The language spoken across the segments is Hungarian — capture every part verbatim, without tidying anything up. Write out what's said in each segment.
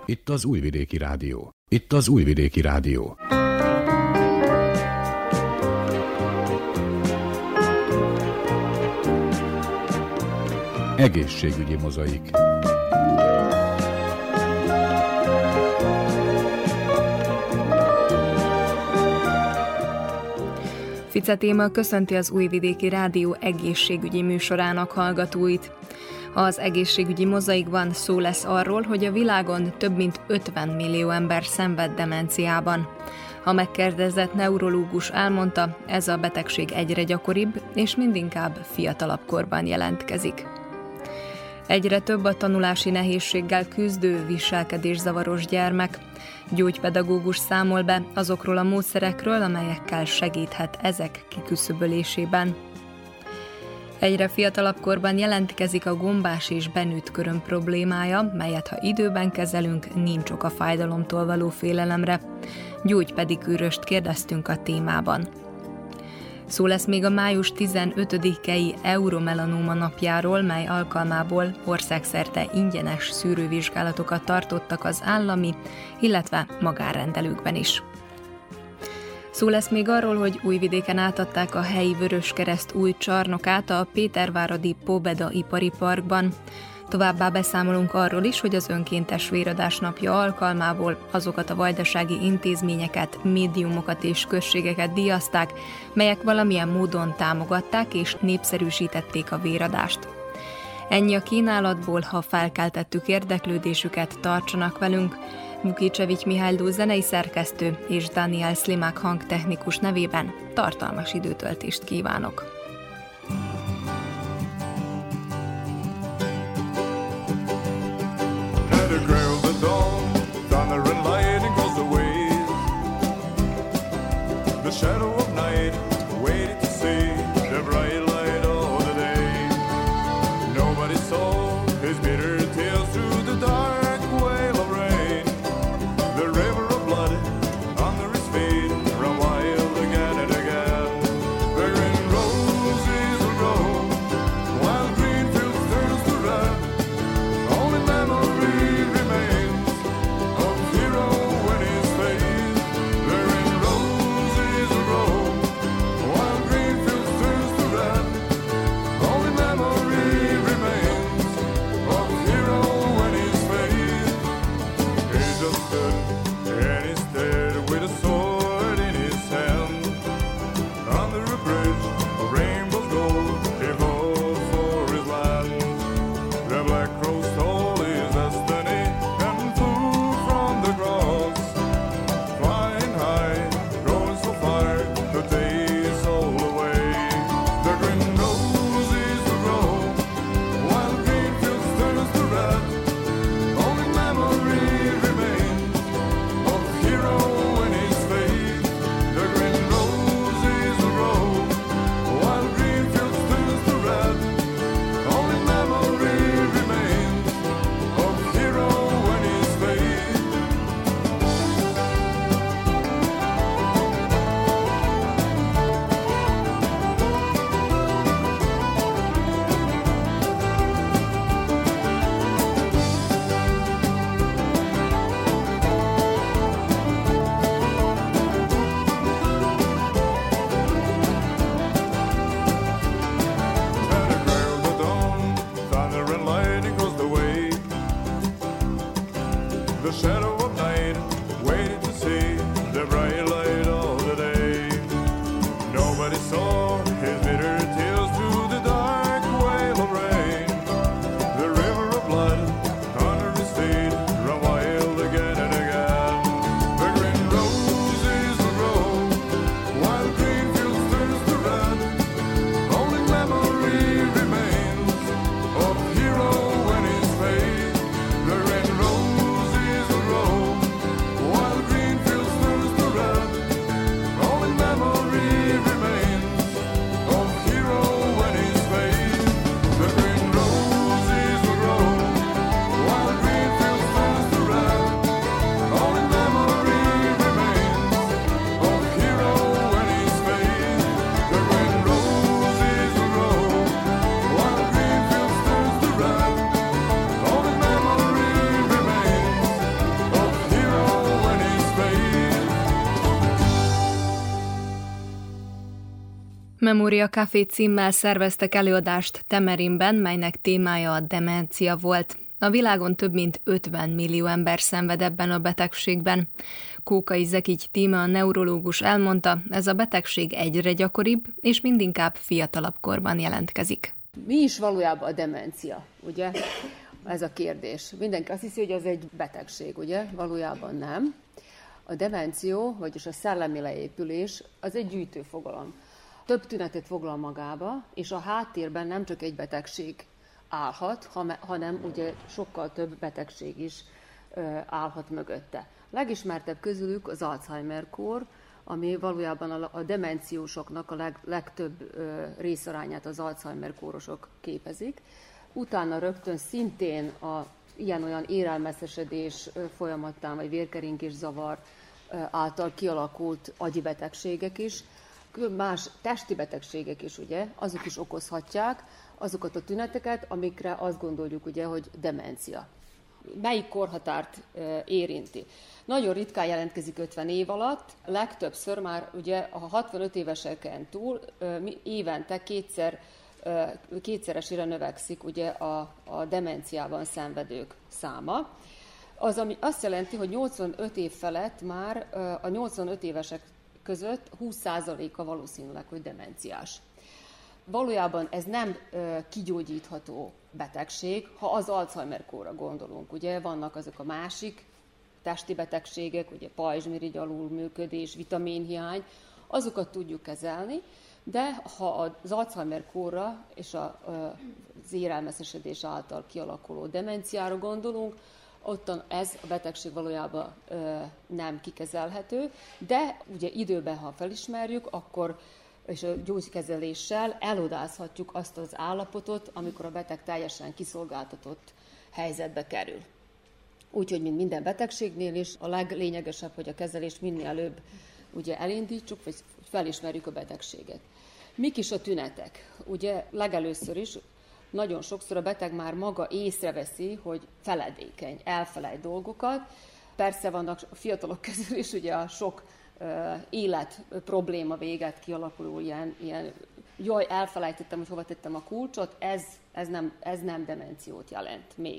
Itt az Újvidéki Rádió. Itt az Újvidéki Rádió. Egészségügyi mozaik. Fice Téma köszönti az Újvidéki Rádió egészségügyi műsorának hallgatóit. Az egészségügyi mozaikban szó lesz arról, hogy a világon több mint ötven millió ember szenved demenciában. A megkérdezett neurológus elmondta, ez a betegség egyre gyakoribb, és mindinkább fiatalabb korban jelentkezik. Egyre több a tanulási nehézséggel küzdő viselkedészavaros gyermek. Gyógypedagógus számol be azokról a módszerekről, amelyekkel segíthet ezek kiküszöbölésében. Egyre fiatalabb korban jelentkezik a gombás és benőtt köröm problémája, melyet ha időben kezelünk, nincs ok a fájdalomtól való félelemre. Gyógypedikűröst kérdeztünk a témában. Szó lesz még a május tizenötödikei Euromelanóma napjáról, mely alkalmából országszerte ingyenes szűrővizsgálatokat tartottak az állami, illetve magánrendelőkben is. Szó lesz még arról, hogy Újvidéken átadták a helyi Vöröskereszt új csarnokát a Péterváradi Pobeda ipari parkban. Továbbá beszámolunk arról is, hogy az önkéntes véradás napja alkalmából azokat a vajdasági intézményeket, médiumokat és községeket díjazták, melyek valamilyen módon támogatták és népszerűsítették a véradást. Ennyi a kínálatból, ha felkeltettük érdeklődésüket, tartsanak velünk. Vukicsevics Mihályló zenei szerkesztő és Daniel Slimák hangtechnikus nevében tartalmas időtöltést kívánok. Road Memória Café címmel szerveztek előadást Temerinben, melynek témája a demencia volt. A világon több mint ötven millió ember szenved ebben a betegségben. Kókai Zekigy Tíme, a neurológus elmondta, ez a betegség egyre gyakoribb, és mindinkább fiatalabb korban jelentkezik. Mi is valójában a demencia, ugye? Ez a kérdés. Mindenki azt hiszi, hogy az egy betegség, ugye? Valójában nem. A demenció, vagyis a szellemi leépülés, az egy gyűjtő fogalom. Több tünetet foglal magába, és a háttérben nem csak egy betegség állhat, hanem ugye sokkal több betegség is állhat mögötte. Legismertebb közülük az Alzheimer-kór, ami valójában a demenciósoknak a leg, legtöbb részarányát az Alzheimer-kórosok képezik. Utána rögtön szintén a ilyen-olyan érelmeszesedés folyamattán, vagy vérkeringés zavar által kialakult agyi betegségek is, más testi betegségek is, ugye, azok is okozhatják azokat a tüneteket, amikre azt gondoljuk, ugye, hogy demencia. Melyik korhatárt érinti? Nagyon ritkán jelentkezik ötven év alatt, legtöbbször már ugye a hatvanöt éveseken túl évente kétszer, kétszeresére növekszik ugye a, a demenciában szenvedők száma. Az, ami azt jelenti, hogy nyolcvanöt év felett már a nyolcvanöt évesek között húsz százaléka valószínűleg, hogy demenciás. Valójában ez nem ö, kigyógyítható betegség, ha az Alzheimer-kórra gondolunk. Ugye vannak azok a másik testi betegségek, ugye pajzsmirigy alulműködés, vitaminhiány, azokat tudjuk kezelni, de ha az Alzheimer-kórra és a, az érelmeszesedés által kialakuló demenciára gondolunk, ottan ez a betegség valójában ö, nem kikezelhető, de ugye időben, ha felismerjük, akkor és a gyógykezeléssel elodázhatjuk azt az állapotot, amikor a beteg teljesen kiszolgáltatott helyzetbe kerül. Úgyhogy, mint minden betegségnél is, a leglényegesebb, hogy a kezelést minél előbb ugye elindítsuk, vagy felismerjük a betegséget. Mik is a tünetek? Ugye legelőször is nagyon sokszor a beteg már maga észreveszi, hogy feledékeny, elfelejt dolgokat. Persze vannak a fiatalok közül is ugye a sok uh, élet probléma véget kialakuló ilyen, ilyen jaj, elfelejtettem, hogy hova tettem a kulcsot, ez, ez, nem, ez nem demenciót jelent még.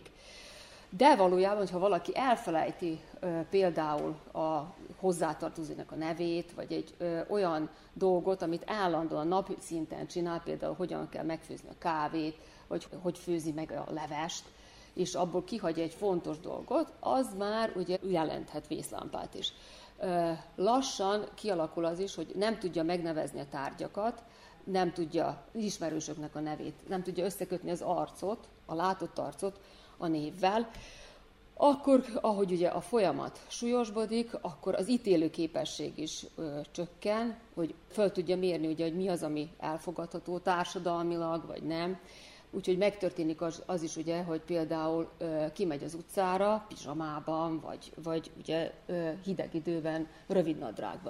De valójában, ha valaki elfelejti uh, például a hozzátartozónak a nevét, vagy egy ö, olyan dolgot, amit állandóan napi szinten csinál, például hogyan kell megfőzni a kávét, vagy hogy főzi meg a levest, és abból kihagy egy fontos dolgot, az már ugye jelenthet vészlámpát is. Ö, lassan kialakul az is, hogy nem tudja megnevezni a tárgyakat, nem tudja ismerősöknek a nevét, nem tudja összekötni az arcot, a látott arcot a névvel. Akkor, ahogy ugye a folyamat súlyosbodik, akkor az ítélő képesség is ö, csökken, hogy föl tudja mérni, ugye, hogy mi az, ami elfogadható társadalmilag, vagy nem. Úgyhogy megtörténik az, az is, ugye, hogy például ö, kimegy az utcára, pizsamában, vagy, vagy ugye, ö, hideg időben, rövid nadrágban.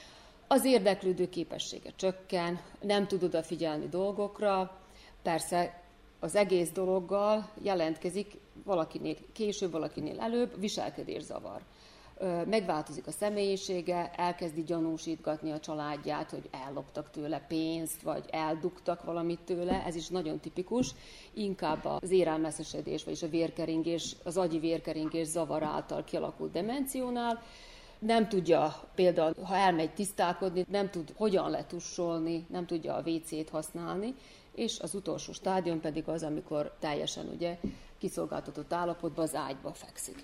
Az érdeklődő képessége csökken, nem tud odafigyelni dolgokra, persze az egész dologgal jelentkezik valakinél később, valakinél előbb viselkedészavar. Megváltozik a személyisége, elkezdi gyanúsítgatni a családját, hogy elloptak tőle pénzt, vagy eldugtak valamit tőle, ez is nagyon tipikus. Inkább az érelmeszesedés, vagyis a vérkeringés, az agyi vérkeringés zavar által kialakult demenciónál. Nem tudja például, ha elmegy tisztálkodni, nem tud hogyan letussolni, nem tudja a vécét használni, és az utolsó stádium pedig az, amikor teljesen ugye kiszolgáltatott állapotban az ágyba fekszik.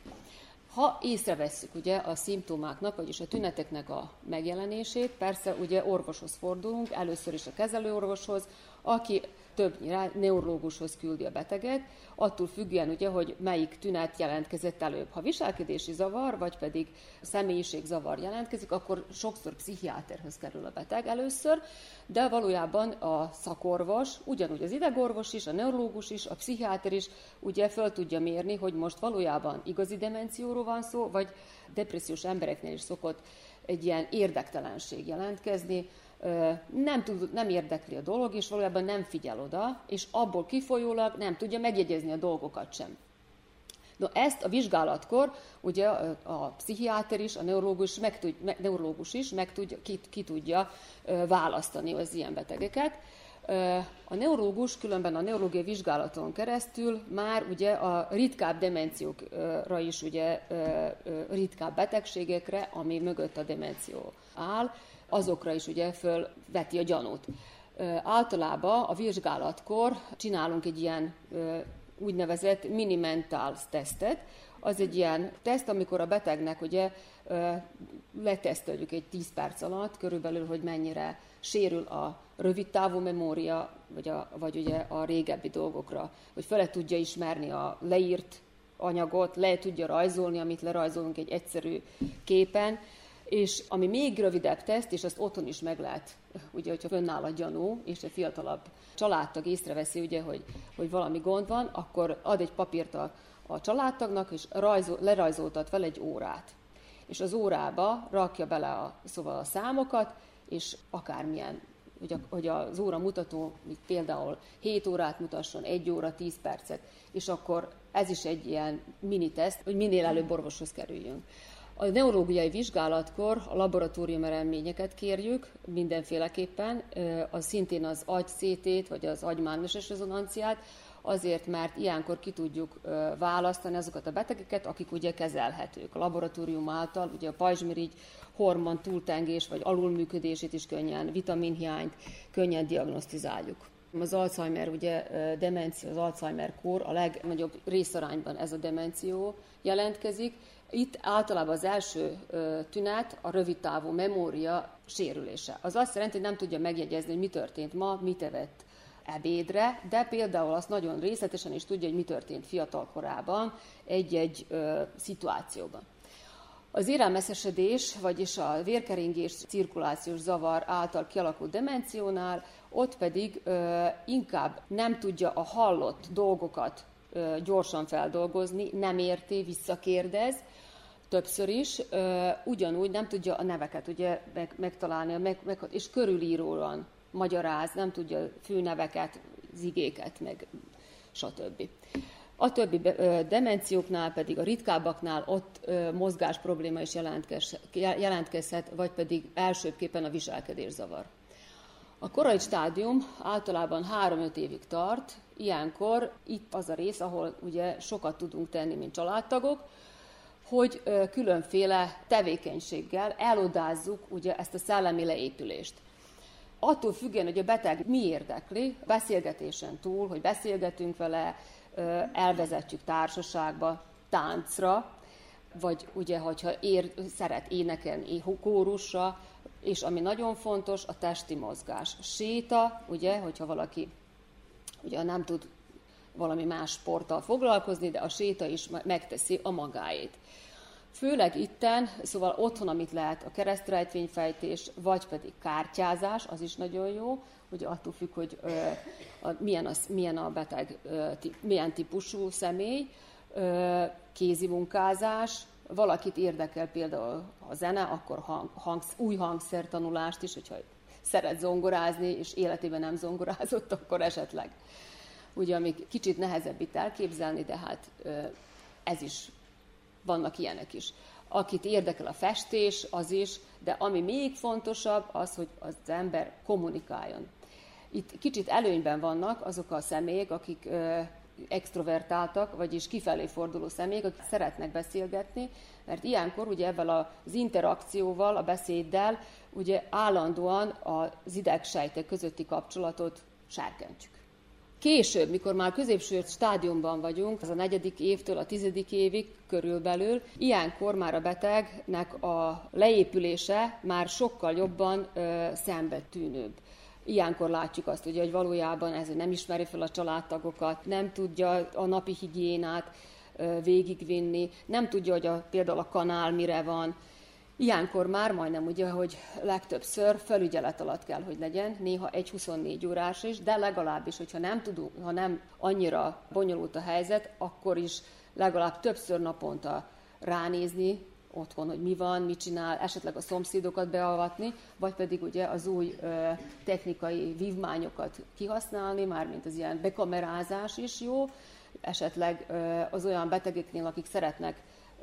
Ha észrevesszük ugye a szimptomáknak, vagyis a tüneteknek a megjelenését, persze ugye orvoshoz fordulunk, először is a kezelőorvoshoz, aki többnyire neurológushoz küldi a beteget, attól függően ugye, hogy melyik tünet jelentkezett előbb. Ha viselkedési zavar, vagy pedig személyiségzavar jelentkezik, akkor sokszor pszichiáterhez kerül a beteg először, de valójában a szakorvos, ugyanúgy az idegorvos is, a neurológus is, a pszichiáter is ugye föl tudja mérni, hogy most valójában igazi demencióról van szó, vagy depressziós embereknél is szokott egy ilyen érdektelenség jelentkezni, nem, tud, nem érdekli a dolog, és valójában nem figyel oda, és abból kifolyólag nem tudja megjegyezni a dolgokat sem. No, ezt a vizsgálatkor ugye a, a pszichiáter is, a neurológus, meg tud, me, neurológus is meg tudja, ki, ki tudja választani az ilyen betegeket. A neurológus különben a neurológiai vizsgálaton keresztül már ugye a ritkább demenciókra is, ugye ritkább betegségekre, ami mögött a demenció áll, azokra is ugye fölveti a gyanút. Általában a vizsgálatkor csinálunk egy ilyen úgynevezett mini-mental tesztet. Az egy ilyen teszt, amikor a betegnek ugye leteszteljük egy tíz perc alatt körülbelül, hogy mennyire sérül a rövidtávú memória, vagy, a, vagy ugye a régebbi dolgokra, hogy fel tudja ismerni a leírt anyagot, le tudja rajzolni, amit lerajzolunk egy egyszerű képen, és ami még rövidebb teszt, és azt otthon is meg lehet, ugye, hogyha fönnáll a gyanú, és egy fiatalabb családtag észreveszi, ugye, hogy, hogy valami gond van, akkor ad egy papírt a, a családtagnak, és rajzol, lerajzoltat fel egy órát. És az órába rakja bele a, szóval a számokat, és akármilyen, hogy, a, hogy az óra mutató például hét órát mutasson, egy óra, tíz percet, és akkor ez is egy ilyen mini teszt, hogy minél előbb orvoshoz kerüljünk. A neurológiai vizsgálatkor a laboratórium eredményeket kérjük mindenféleképpen, az szintén az agy cé tét vagy az agymágneses rezonanciát, azért, mert ilyenkor ki tudjuk választani azokat a betegeket, akik ugye kezelhetők. A laboratórium által ugye a pajzsmirigy hormon túltengés vagy alulműködését is könnyen, vitaminhiányt könnyen diagnosztizáljuk. Az Alzheimer, ugye demencia, az Alzheimer-kór a legnagyobb részarányban ez a demenció jelentkezik. Itt általában az első tünet a rövidtávú memória sérülése. Az azt jelenti, hogy nem tudja megjegyezni, hogy mi történt ma, mit evett ebédre, de például azt nagyon részletesen is tudja, hogy mi történt fiatal korában egy-egy ö, szituációban. Az érelmeszesedés, vagyis a vérkeringés, cirkulációs zavar által kialakult demenciónál, ott pedig ö, inkább nem tudja a hallott dolgokat ö, gyorsan feldolgozni, nem érti, visszakérdez, többször is, ö, ugyanúgy nem tudja a neveket ugye, meg, megtalálni, meg, meg, és körülíróan magyaráz, nem tudja főneveket, zigéket, meg stb. A többi demencióknál pedig a ritkábbaknál ott mozgás probléma is jelentkezhet, vagy pedig elsőbbképpen a viselkedészavar. A korai stádium általában három-öt évig tart, ilyenkor itt az a rész, ahol ugye sokat tudunk tenni, mint családtagok, hogy különféle tevékenységgel elodázzuk ugye ezt a szellemi leépülést. Attól függően, hogy a beteg mi érdekli, beszélgetésen túl, hogy beszélgetünk vele, elvezetjük társaságba, táncra, vagy ugye, hogyha ér, szeret énekelni kórusra, és ami nagyon fontos, a testi mozgás. Séta, ugye, hogyha valaki ugye nem tud valami más sporttal foglalkozni, de a séta is megteszi a magáét. Főleg itten, szóval otthon, amit lehet a keresztrejtvényfejtés, vagy pedig kártyázás, az is nagyon jó, hogy attól függ, hogy ö, a, milyen, az, milyen a beteg, ö, tí, milyen típusú személy, ö, kézi munkázás, valakit érdekel például a zene, akkor hang, hang, új hangszertanulást is, hogyha szeret zongorázni, és életében nem zongorázott, akkor esetleg. Ugye, amíg kicsit nehezebb itt elképzelni, de hát ö, ez is, vannak ilyenek is. Akit érdekel a festés, az is, de ami még fontosabb, az, hogy az ember kommunikáljon. Itt kicsit előnyben vannak azok a személyek, akik ö, extrovertáltak, vagyis kifelé forduló személyek, akik szeretnek beszélgetni, mert ilyenkor ugye ebben az interakcióval, a beszéddel ugye állandóan az idegsejtek közötti kapcsolatot serkentjük. Később, mikor már középső stádiumban vagyunk, az a negyedik évtől a tizedik évig körülbelül, ilyenkor már a betegnek a leépülése már sokkal jobban ö, szembetűnőbb. Ilyenkor látjuk azt, ugye, hogy valójában ez nem ismeri fel a családtagokat, nem tudja a napi higiénát ö, végigvinni, nem tudja, hogy a, például a kanál mire van. Ilyenkor már majdnem ugye, hogy legtöbbször felügyelet alatt kell, hogy legyen, néha egy huszonnégy órás is, de legalábbis, hogyha nem tudunk, ha nem annyira bonyolult a helyzet, akkor is legalább többször naponta ránézni otthon, hogy mi van, mit csinál, esetleg a szomszédokat beavatni, vagy pedig ugye az új ö, technikai vívmányokat kihasználni, mármint az ilyen bekamerázás is jó, esetleg az olyan betegeknél, akik szeretnek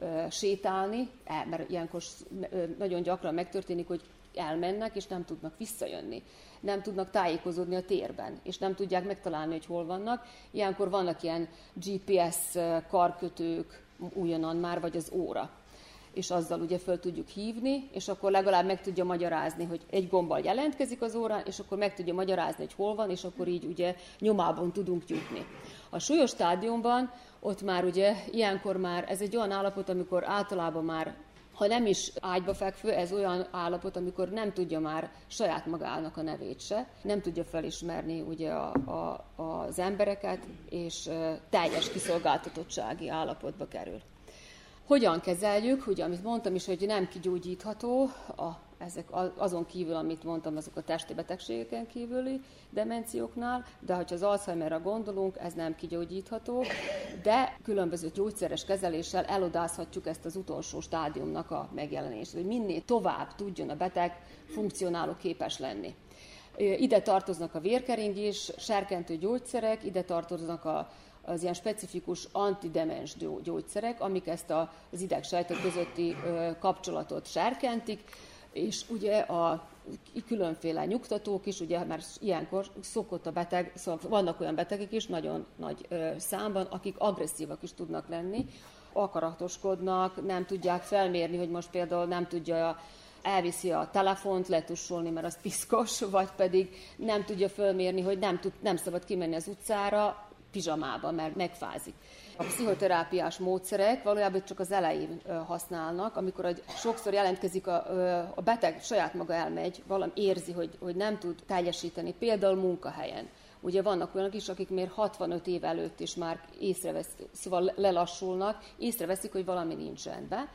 sétálni, mert ilyenkor nagyon gyakran megtörténik, hogy elmennek, és nem tudnak visszajönni. Nem tudnak tájékozódni a térben, és nem tudják megtalálni, hogy hol vannak. Ilyenkor vannak ilyen gé pé es karkötők, újonnan már, vagy az óra. És azzal ugye föl tudjuk hívni, és akkor legalább meg tudja magyarázni, hogy egy gombbal jelentkezik az órán, és akkor meg tudja magyarázni, hogy hol van, és akkor így ugye nyomában tudunk jutni. A súlyos stádiumban ott már ugye ilyenkor már ez egy olyan állapot, amikor általában már, ha nem is ágyba fekvő, ez olyan állapot, amikor nem tudja már saját magának a nevét se, nem tudja felismerni ugye a, a, az embereket, és teljes kiszolgáltatottsági állapotba kerül. Hogyan kezeljük? Ugye, amit mondtam is, hogy nem kigyógyítható, a, ezek azon kívül, amit mondtam, azok a testi betegségeken kívüli demencióknál, de ha az Alzheimerre gondolunk, ez nem kigyógyítható, de különböző gyógyszeres kezeléssel elodázhatjuk ezt az utolsó stádiumnak a megjelenését, hogy minél tovább tudjon a beteg funkcionáló képes lenni. Ide tartoznak a vérkeringés, serkentő gyógyszerek, ide tartoznak a az ilyen specifikus antidemens gyógyszerek, amik ezt az idegsejtek közötti kapcsolatot serkentik, és ugye a különféle nyugtatók is, ugye már ilyenkor szokott a beteg, szóval vannak olyan betegek is nagyon nagy számban, akik agresszívak is tudnak lenni, akaratoskodnak, nem tudják felmérni, hogy most például nem tudja elviszi a telefont letussolni, mert az piszkos, vagy pedig nem tudja felmérni, hogy nem, tud, nem szabad kimenni az utcára, pizsamában, mert megfázik. A pszichoterápiás módszerek valójában csak az elején használnak, amikor sokszor jelentkezik a, a beteg, saját maga elmegy, valami érzi, hogy, hogy nem tud teljesíteni, például munkahelyen. Ugye vannak olyanok is, akik még hatvanöt év előtt is már észreveszik, szóval lelassulnak, észreveszik, hogy valami nincs rendben,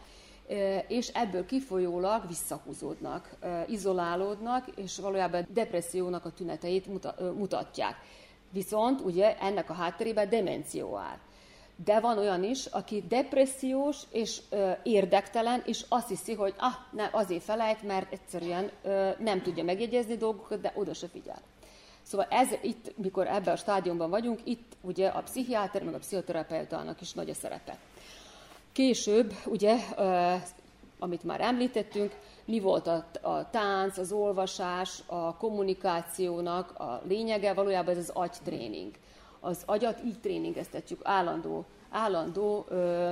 és ebből kifolyólag visszahúzódnak, izolálódnak, és valójában depressziónak a tüneteit mutatják. Viszont ugye ennek a hátterében demenció áll. De van olyan is, aki depressziós és ö, érdektelen, és azt hiszi, hogy ah, ne, azért felejt, mert egyszerűen ö, nem tudja megjegyezni dolgokat, de oda se figyel. Szóval ez itt, mikor ebben a stádiumban vagyunk, itt ugye a pszichiáter, meg a pszichoterapeutának is nagy a szerepe. Később, ugye, ö, amit már említettünk, mi volt a, a tánc, az olvasás, a kommunikációnak a lényege, valójában ez az agytréning. Az agyat így tréningeztetjük állandó, állandó ö,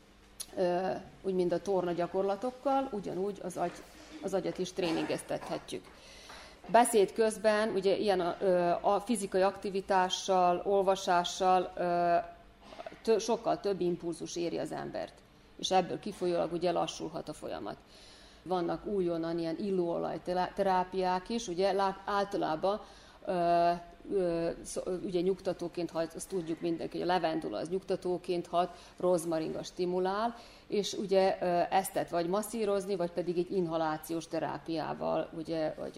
ö, úgy mint a torna gyakorlatokkal, ugyanúgy az, agy, az agyat is tréningeztethetjük. Beszéd közben, ugye ilyen a, a fizikai aktivitással, olvasással ö, tö, sokkal több impulzus éri az embert, és ebből kifolyólag ugye lassulhat a folyamat. Vannak újonnan ilyen illóolaj terápiák is, ugye általában ö, ö, ugye nyugtatóként hat, azt tudjuk mindenki, hogy a levendula az nyugtatóként hat, rozmaringa stimulál, és ugye ö, ezt lehet vagy masszírozni, vagy pedig egy inhalációs terápiával, ugye, vagy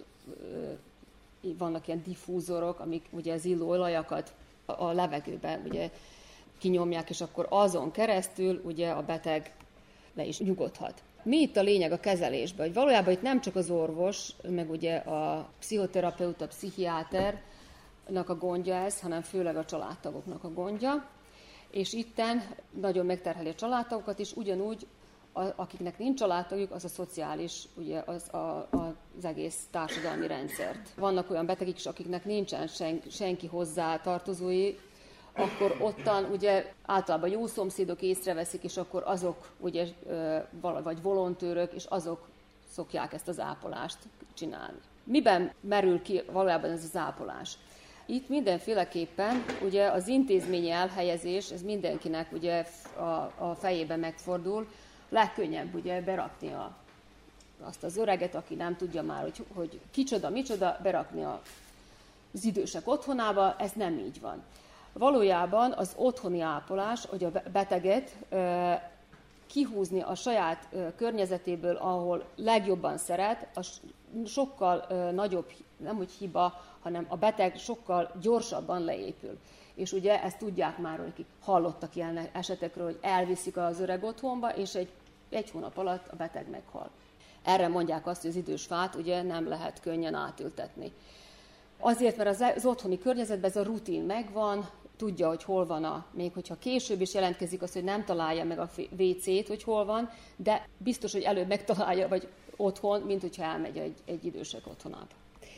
ö, vannak ilyen diffúzorok, amik ugye az illóolajakat a, a levegőben ugye kinyomják, és akkor azon keresztül ugye a beteg le is nyugodhat. Mi itt a lényeg a kezelésben? Hogy valójában itt nem csak az orvos, meg ugye a pszichoterapeuta, a pszichiáternak a gondja ez, hanem főleg a családtagoknak a gondja. És itten nagyon megterheli a családtagokat is, ugyanúgy, akiknek nincs családtagjuk, az a szociális, ugye az, a, az egész társadalmi rendszert. Vannak olyan betegek is, akiknek nincsen sen, senki hozzá tartozói, akkor ottan ugye általában jó szomszédok észreveszik, és akkor azok ugye, vagy volontőrök, és azok szokják ezt az ápolást csinálni. Miben merül ki valójában ez az ápolás? Itt mindenféleképpen ugye az intézményi elhelyezés, ez mindenkinek ugye a, a fejében megfordul, legkönnyebb ugye berakni a, azt az öreget, aki nem tudja már, hogy, hogy kicsoda, micsoda, berakni a, az idősek otthonába, ez nem így van. Valójában az otthoni ápolás, hogy a beteget e, kihúzni a saját e, környezetéből, ahol legjobban szeret, az sokkal e, nagyobb, nem hogy hiba, hanem a beteg sokkal gyorsabban leépül. És ugye ezt tudják már, hogy hallottak ilyen esetekről, hogy elviszik az öreg otthonba, és egy, egy hónap alatt a beteg meghal. Erre mondják azt, hogy az idős fát ugye nem lehet könnyen átültetni. Azért, mert az, az otthoni környezetben ez a rutin megvan, tudja, hogy hol van a, még hogyha később is jelentkezik az, hogy nem találja meg a vé cét, hogy hol van, de biztos, hogy előbb megtalálja, vagy otthon, mint hogyha elmegy egy, egy idősek otthonába.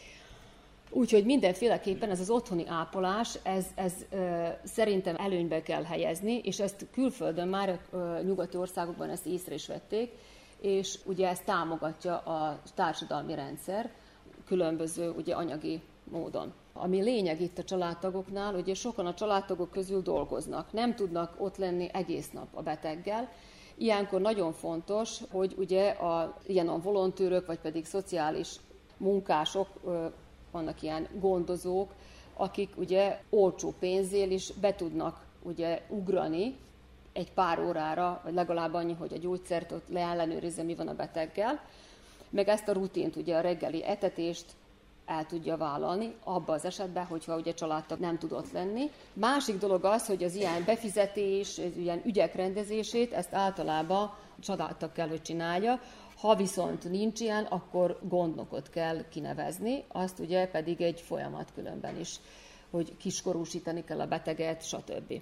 Úgyhogy mindenféleképpen ez az otthoni ápolás, ez, ez ö, szerintem előnybe kell helyezni, és ezt külföldön már ö, nyugati országokban ezt észre is vették, és ugye ezt támogatja a társadalmi rendszer különböző ugye, anyagi módon. Ami lényeg itt a családtagoknál, ugye sokan a családtagok közül dolgoznak, nem tudnak ott lenni egész nap a beteggel. Ilyenkor nagyon fontos, hogy ugye a, ilyen a volontőrök, vagy pedig szociális munkások, ö, vannak ilyen gondozók, akik ugye olcsó pénzért is be tudnak ugye ugrani egy pár órára, vagy legalább annyi, hogy a gyógyszert ott leellenőrizze, mi van a beteggel, meg ezt a rutint, ugye a reggeli etetést el tudja vállalni, abban az esetben, hogyha ugye családtag nem tudott lenni. Másik dolog az, hogy az ilyen befizetés, az ilyen ügyek rendezését, ezt általában családtag kell, hogy csinálja. Ha viszont nincs ilyen, akkor gondnokot kell kinevezni, azt ugye pedig egy folyamat különben is, hogy kiskorúsítani kell a beteget, stb.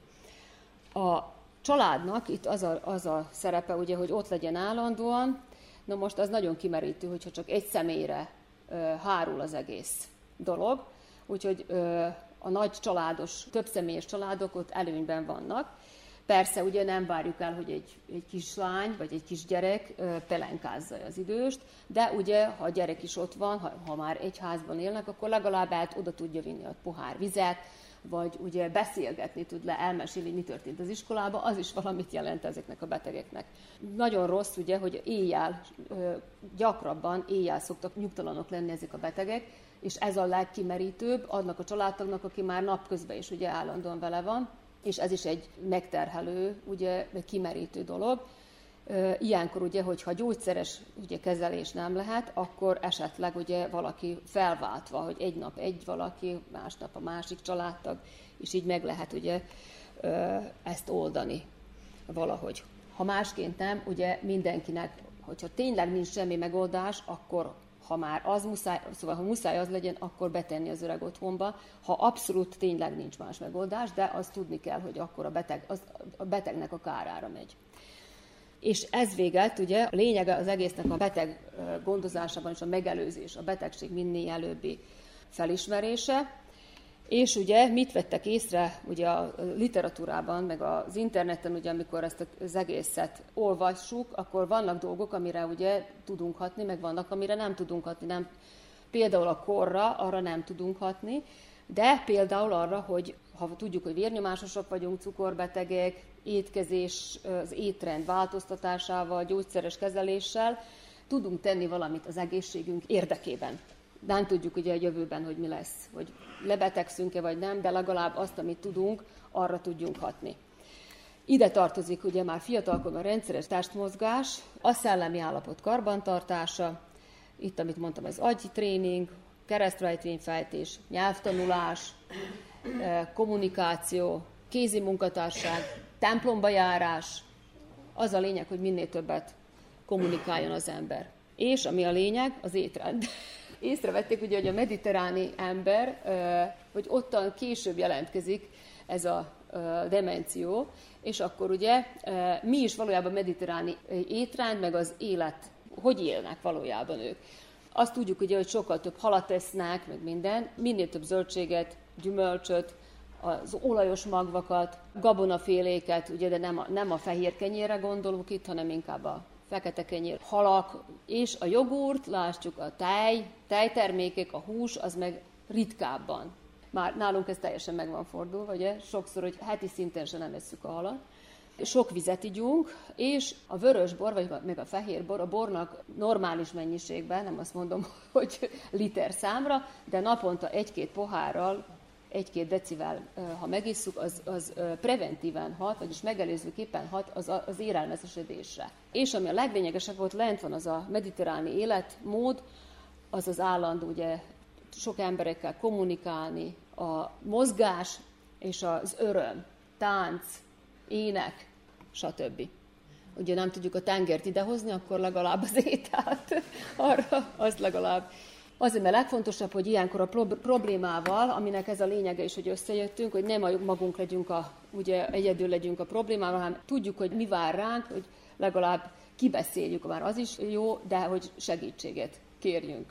A családnak itt az a, az a szerepe, ugye, hogy ott legyen állandóan, na most az nagyon kimerítő, hogyha csak egy személyre ö, hárul az egész dolog, úgyhogy ö, a nagy családos, több személyes családok ott előnyben vannak. Persze ugye nem várjuk el, hogy egy, egy kislány vagy egy kisgyerek ö, pelenkázza az időst, de ugye ha a gyerek is ott van, ha, ha már egy házban élnek, akkor legalább át oda tudja vinni a pohár vizet, vagy ugye beszélgetni tud le, elmesélni, mi történt az iskolában, az is valamit jelent ezeknek a betegeknek. Nagyon rossz ugye, hogy éjjel, gyakrabban éjjel szoktak nyugtalanok lenni ezek a betegek, és ez a legkimerítőbb annak a családtagnak, aki már napközben is ugye állandóan vele van, és ez is egy megterhelő, ugye kimerítő dolog. Ilyenkor ugye, hogyha gyógyszeres ugye, kezelés nem lehet, akkor esetleg ugye valaki felváltva, hogy egy nap egy valaki, másnap a másik családtag, és így meg lehet ugye ezt oldani valahogy. Ha másként nem, ugye mindenkinek, hogyha tényleg nincs semmi megoldás, akkor ha már az muszáj, szóval ha muszáj az legyen, akkor betenni az öreg otthonba, ha abszolút tényleg nincs más megoldás, de azt tudni kell, hogy akkor a, beteg, az, a betegnek a kárára megy. És ez véget, ugye, a lényege az egésznek a beteg gondozásában és a megelőzés, a betegség minél előbbi felismerése. És ugye mit vettek észre ugye a literatúrában, meg az interneten, ugye, amikor ezt az egészet olvassuk, akkor vannak dolgok, amire ugye tudunk hatni, meg vannak, amire nem tudunk hatni. Nem, például a korra, arra nem tudunk hatni, de például arra, hogy ha tudjuk, hogy vérnyomásosok vagyunk, cukorbetegek, étkezés, az étrend változtatásával, gyógyszeres kezeléssel, tudunk tenni valamit az egészségünk érdekében. Nem tudjuk ugye a jövőben, hogy mi lesz, hogy lebetegszünk-e vagy nem, de legalább azt, amit tudunk, arra tudjunk hatni. Ide tartozik ugye már fiatalkorban a rendszeres testmozgás, a szellemi állapot karbantartása, itt, amit mondtam, az agyi tréning, keresztrejtvényfejtés, nyelvtanulás, kommunikáció, kézi munkatárság, templomba járás. Az a lényeg, hogy minél többet kommunikáljon az ember. És ami a lényeg, az étrend. Észrevették ugye, hogy a mediterráni ember, hogy ottan később jelentkezik ez a demenció, és akkor ugye mi is valójában mediterráni étrend, meg az élet, hogy élnek valójában ők. Azt tudjuk ugye, hogy sokkal több halat esznek, meg minden, minél több zöldséget, gyümölcsöt, az olajos magvakat, gabonaféléket, ugye, de nem a, nem a fehér kenyérre gondolunk itt, hanem inkább a fekete kenyér, halak, és a jogurt, látjuk a tej, tejtermékek, a hús, az meg ritkábban. Már nálunk ez teljesen meg van fordulva, ugye, sokszor, hogy heti szinten sem nem esszük a halat. Sok vizet igyunk, és a vörösbor, vagy meg a fehérbor, a bornak normális mennyiségben, nem azt mondom, hogy liter számra, de naponta egy-két pohárral, egy-két decivel, ha megisszuk, az, az preventíven hat, vagyis megelőzőképpen hat az, az érelmezesedésre. És ami a leglényegesebb volt, lent van az a mediterráni életmód, az az állandó, ugye, sok emberekkel kommunikálni, a mozgás és az öröm, tánc, ének, stb. Ugye nem tudjuk a tengert idehozni, akkor legalább az ételt, arra azt legalább Azért, mert legfontosabb, hogy ilyenkor a problémával, aminek ez a lényege is, hogy összejöttünk, hogy nem magunk legyünk, a, ugye egyedül legyünk a problémával, hanem tudjuk, hogy mi vár ránk, hogy legalább kibeszéljük, már az is jó, de hogy segítséget kérjünk.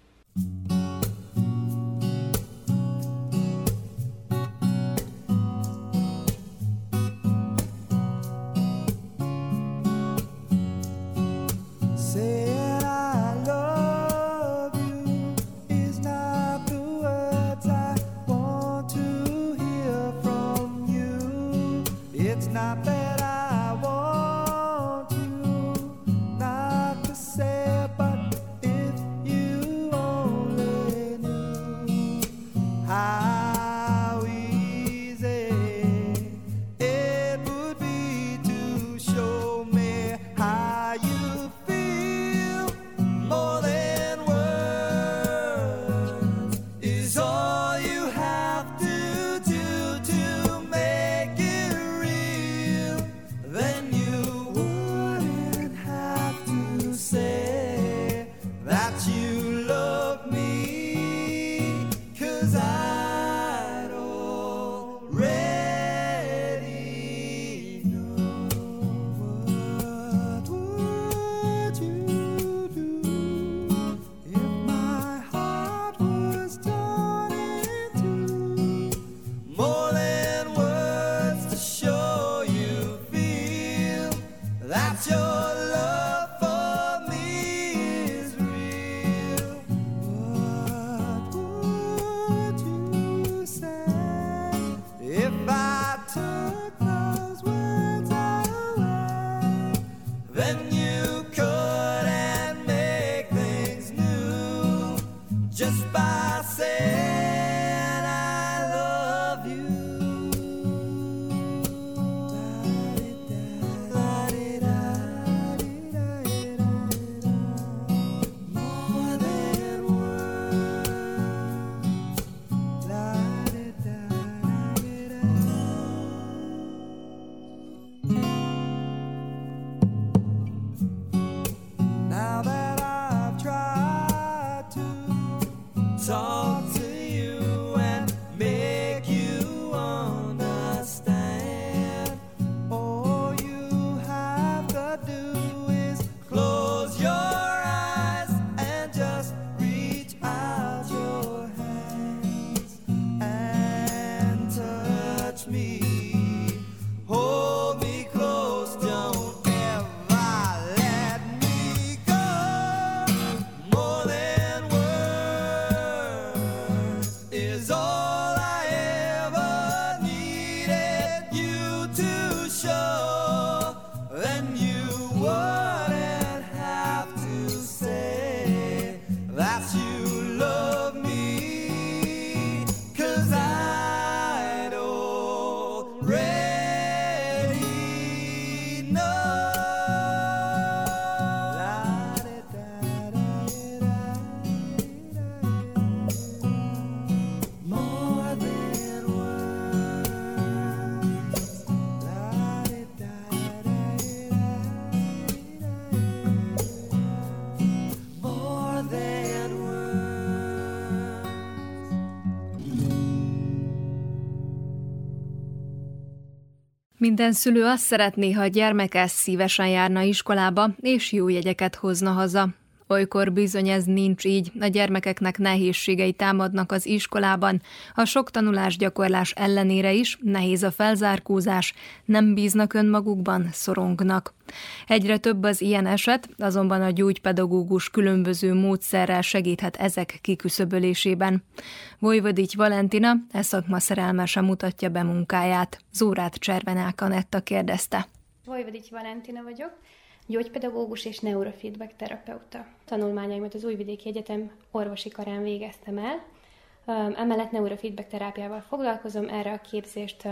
Minden szülő azt szeretné, ha a gyermeke szívesen járna iskolába, és jó jegyeket hozna haza. Olykor bizony ez nincs így, a gyermekeknek nehézségei támadnak az iskolában, a sok tanulás-gyakorlás ellenére is nehéz a felzárkózás, nem bíznak önmagukban, szorongnak. Egyre több az ilyen eset, azonban a gyógypedagógus különböző módszerrel segíthet ezek kiküszöbölésében. Vojvodics Valentina e szakma szerelmese mutatja be munkáját. Zórát Cservenák Anetta kérdezte. Vojvodics Valentina vagyok, gyógypedagógus és neurofeedback terapeuta. Tanulmányaimat az Újvidéki Egyetem orvosi karán végeztem el. Emellett neurofeedback terápiával foglalkozom, erre a képzést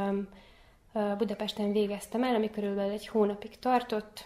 Budapesten végeztem el, ami körülbelül egy hónapig tartott,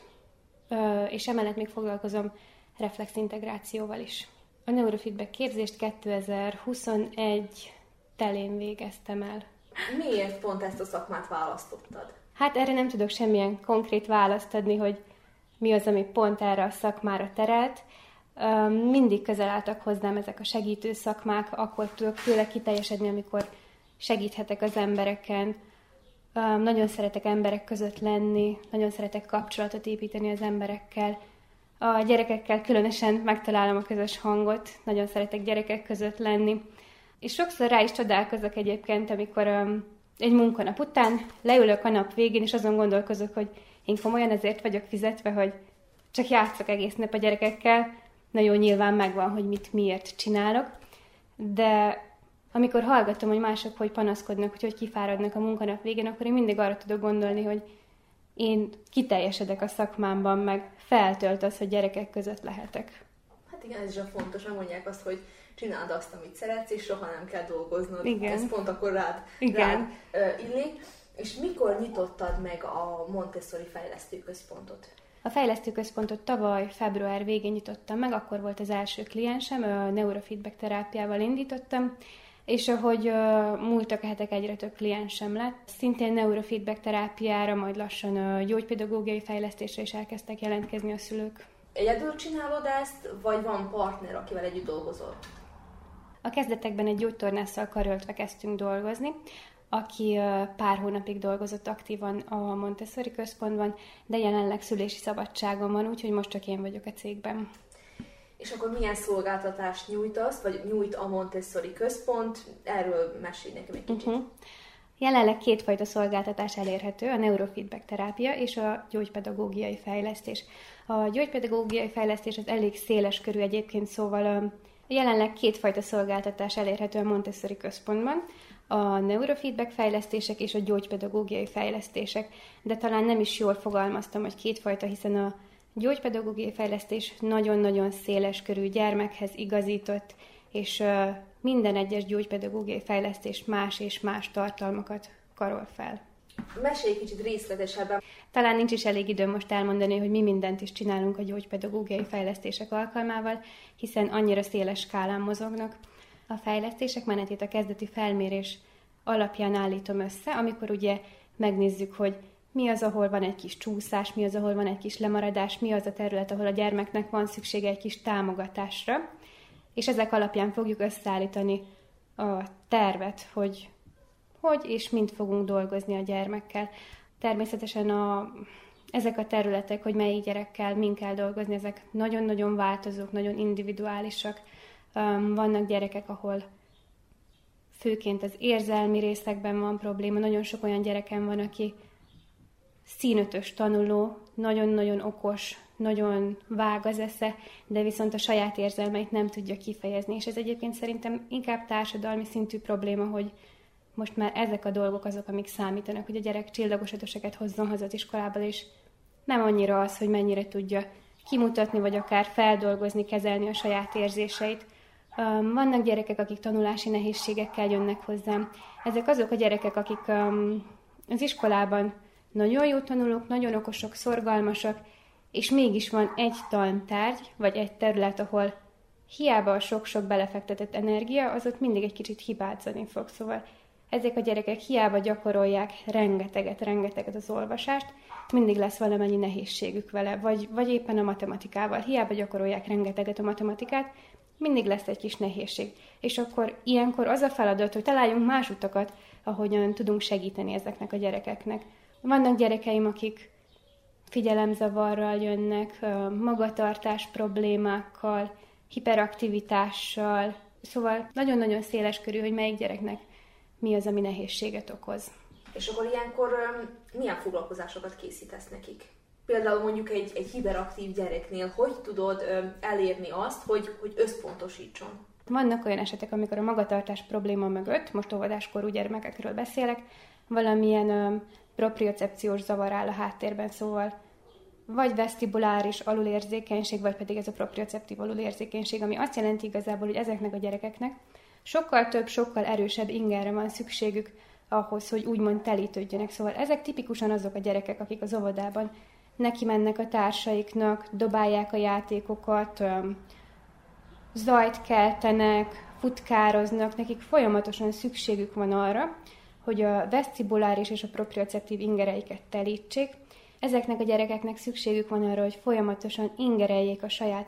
és emellett még foglalkozom reflexintegrációval is. A neurofeedback képzést kétezer-huszonegy telén végeztem el. Miért pont ezt a szakmát választottad? Hát erre nem tudok semmilyen konkrét választ adni, hogy mi az, ami pont erre a szakmára terelt. Mindig közel álltak hozzám ezek a segítő szakmák, akkor tudok tőle kiteljesedni, amikor segíthetek az embereken. Nagyon szeretek emberek között lenni, nagyon szeretek kapcsolatot építeni az emberekkel. A gyerekekkel különösen megtalálom a közös hangot, nagyon szeretek gyerekek között lenni. És sokszor rá is csodálkozok egyébként, amikor um, egy munkanap után leülök a nap végén, és azon gondolkozok, hogy én komolyan ezért vagyok fizetve, hogy csak játszok egész nap a gyerekekkel. Nagyon nyilván megvan, hogy mit miért csinálok, de amikor hallgatom, hogy mások hogy panaszkodnak, hogy hogy kifáradnak a munkanap végén, akkor én mindig arra tudok gondolni, hogy én kiteljesedek a szakmámban, meg feltölt az, hogy gyerekek között lehetek. Hát igen, ez is a fontos, nem mondják azt, hogy csináld azt, amit szeretsz, és soha nem kell dolgoznod. Igen. Ez pont akkor rád, igen. rád uh, illik. És mikor nyitottad meg a Montessori Fejlesztőközpontot? A fejlesztőközpontot tavaly február végén nyitottam meg, akkor volt az első kliensem, a neurofeedback terápiával indítottam, és ahogy uh, múltak a hetek, egyre több kliensem lett. Szintén neurofeedback terápiára, majd lassan uh, gyógypedagógiai fejlesztésre is elkezdtek jelentkezni a szülők. Egyedül csinálod ezt, vagy van partner, akivel együtt dolgozol? A kezdetekben egy gyógytornásszal karöltve kezdtünk dolgozni, aki uh, pár hónapig dolgozott aktívan a Montessori központban, de jelenleg szülési szabadságon van, úgyhogy most csak én vagyok a cégben. És akkor milyen szolgáltatást nyújtasz, vagy nyújt a Montessori központ? Erről mesélj nekem egy kicsit. Uh-huh. Jelenleg kétfajta szolgáltatás elérhető, a neurofeedback terápia és a gyógypedagógiai fejlesztés. A gyógypedagógiai fejlesztés az elég széles körű egyébként, szóval jelenleg kétfajta szolgáltatás elérhető a Montessori központban, a neurofeedback fejlesztések és a gyógypedagógiai fejlesztések, de talán nem is jól fogalmaztam, hogy kétfajta, hiszen a gyógypedagógiai fejlesztés nagyon-nagyon széles körű, gyermekhez igazított, és minden egyes gyógypedagógiai fejlesztés más és más tartalmakat karol fel. Mesélj egy kicsit részletesebben. Talán nincs is elég időm most elmondani, hogy mi mindent is csinálunk a gyógypedagógiai fejlesztések alkalmával, hiszen annyira széles skálán mozognak. A fejlesztések menetét a kezdeti felmérés alapján állítom össze, amikor ugye megnézzük, hogy mi az, ahol van egy kis csúszás, mi az, ahol van egy kis lemaradás, mi az a terület, ahol a gyermeknek van szüksége egy kis támogatásra, és ezek alapján fogjuk összeállítani a tervet, hogy hogy és mint fogunk dolgozni a gyermekkel. Természetesen a, ezek a területek, hogy melyik gyerekkel, min kell dolgozni, ezek nagyon-nagyon változók, nagyon individuálisak. Vannak gyerekek, ahol főként az érzelmi részekben van probléma. Nagyon sok olyan gyerekem van, aki színötös tanuló, nagyon-nagyon okos, nagyon vág az esze, de viszont a saját érzelmeit nem tudja kifejezni. És ez egyébként szerintem inkább társadalmi szintű probléma, hogy most már ezek a dolgok azok, amik számítanak, hogy a gyerek csillagos ötöseket hozzon haza az iskolából, és nem annyira az, hogy mennyire tudja kimutatni, vagy akár feldolgozni, kezelni a saját érzéseit. Vannak gyerekek, akik tanulási nehézségekkel jönnek hozzám. Ezek azok a gyerekek, akik az iskolában nagyon jó tanulók, nagyon okosok, szorgalmasak, és mégis van egy tantárgy, vagy egy terület, ahol hiába a sok-sok belefektetett energia, az ott mindig egy kicsit hibázani fog. Szóval ezek a gyerekek hiába gyakorolják rengeteget, rengeteget az olvasást, mindig lesz valamennyi nehézségük vele, vagy, vagy éppen a matematikával. Hiába gyakorolják rengeteget a matematikát, mindig lesz egy kis nehézség. És akkor ilyenkor az a feladat, hogy találjunk más utakat, ahogyan tudunk segíteni ezeknek a gyerekeknek. Vannak gyerekeim, akik figyelemzavarral jönnek, magatartás problémákkal, hiperaktivitással, szóval nagyon-nagyon széles körű, hogy melyik gyereknek mi az, ami nehézséget okoz. És akkor ilyenkor milyen foglalkozásokat készítesz nekik? Például mondjuk egy, egy hiperaktív gyereknél, hogy tudod elérni azt, hogy, hogy összpontosítson? Vannak olyan esetek, amikor a magatartás probléma mögött, most óvodáskorú gyermekekről beszélek, valamilyen um, propriocepciós zavar áll a háttérben, szóval vagy vesztibuláris alulérzékenység, vagy pedig ez a proprioceptív alulérzékenység, ami azt jelenti igazából, hogy ezeknek a gyerekeknek sokkal több, sokkal erősebb ingerre van szükségük ahhoz, hogy úgymond telítődjenek. Szóval ezek tipikusan azok a gyerekek, akik az óvodában neki mennek a társaiknak, dobálják a játékokat, zajt keltenek, futkároznak, nekik folyamatosan szükségük van arra, hogy a vesztibuláris és a proprioceptív ingereiket telítsék. Ezeknek a gyerekeknek szükségük van arra, hogy folyamatosan ingereljék a saját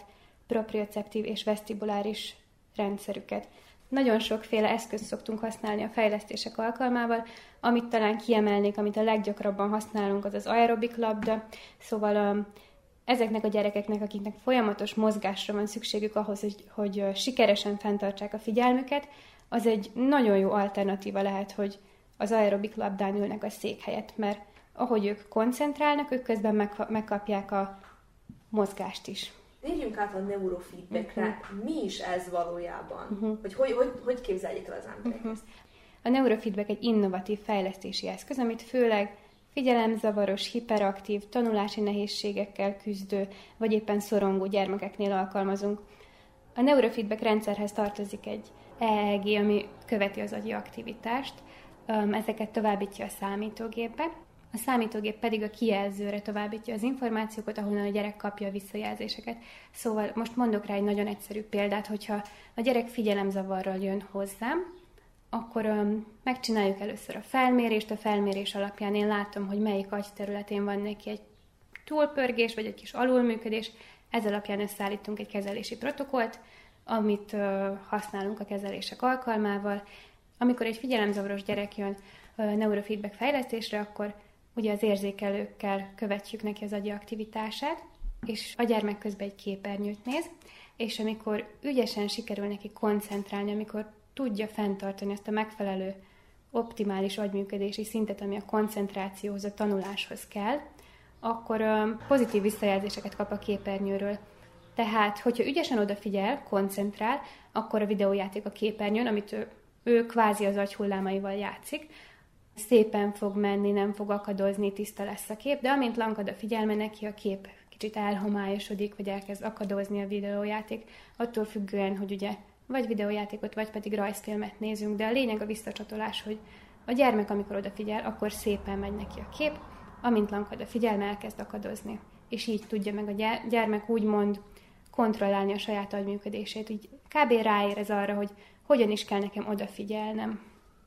proprioceptív és vesztibuláris rendszerüket. Nagyon sokféle eszközt szoktunk használni a fejlesztések alkalmával, amit talán kiemelnék, amit a leggyakrabban használunk, az az aerobik labda, szóval ezeknek a gyerekeknek, akiknek folyamatos mozgásra van szükségük ahhoz, hogy, hogy sikeresen fenntartsák a figyelmüket, az egy nagyon jó alternatíva lehet, hogy az aerobik labdán ülnek a szék helyett, mert ahogy ők koncentrálnak, ők közben megkapják a mozgást is. Térjünk át a neurofeedbackre. Uh-huh. Mi is ez valójában? Uh-huh. Hogy, hogy, hogy hogy képzeljék el az emberek uh-huh. ezt? A neurofeedback egy innovatív fejlesztési eszköz, amit főleg figyelemzavaros, hiperaktív, tanulási nehézségekkel küzdő, vagy éppen szorongó gyermekeknél alkalmazunk. A neurofeedback rendszerhez tartozik egy é e gé, ami követi az agyi aktivitást, ezeket továbbítja a számítógépbe. A számítógép pedig a kijelzőre továbbítja az információkat, ahonnan a gyerek kapja a visszajelzéseket. Szóval most mondok rá egy nagyon egyszerű példát, hogyha a gyerek figyelemzavarral jön hozzám, akkor um, megcsináljuk először a felmérést. A felmérés alapján én látom, hogy melyik agyterületén van neki egy túlpörgés, vagy egy kis alulműködés. Ez alapján összeállítunk egy kezelési protokollt, amit uh, használunk a kezelések alkalmával. Amikor egy figyelemzavaros gyerek jön uh, neurofeedback fejlesztésre, akkor ugye az érzékelőkkel követjük neki az agyi aktivitását, és a gyermek közben egy képernyőt néz, és amikor ügyesen sikerül neki koncentrálni, amikor tudja fenntartani ezt a megfelelő optimális agyműködési szintet, ami a koncentrációhoz, a tanuláshoz kell, akkor um, pozitív visszajelzéseket kap a képernyőről. Tehát, hogyha ügyesen odafigyel, koncentrál, akkor a videójáték a képernyőn, amit ő, ő kvázi az agyhullámaival játszik, szépen fog menni, nem fog akadozni, tiszta lesz a kép, de amint lankad a figyelme neki, a kép kicsit elhomályosodik, vagy elkezd akadozni a videójáték, attól függően, hogy ugye vagy videójátékot, vagy pedig rajzfilmet nézünk, de a lényeg a visszacsatolás, hogy a gyermek, amikor odafigyel, akkor szépen megy neki a kép, amint lankad a figyelme, elkezd akadozni. És így tudja meg a gyermek úgymond kontrollálni a saját agyműködését, így kb. Ráérez arra, hogy hogyan is kell nekem odafigyelnem.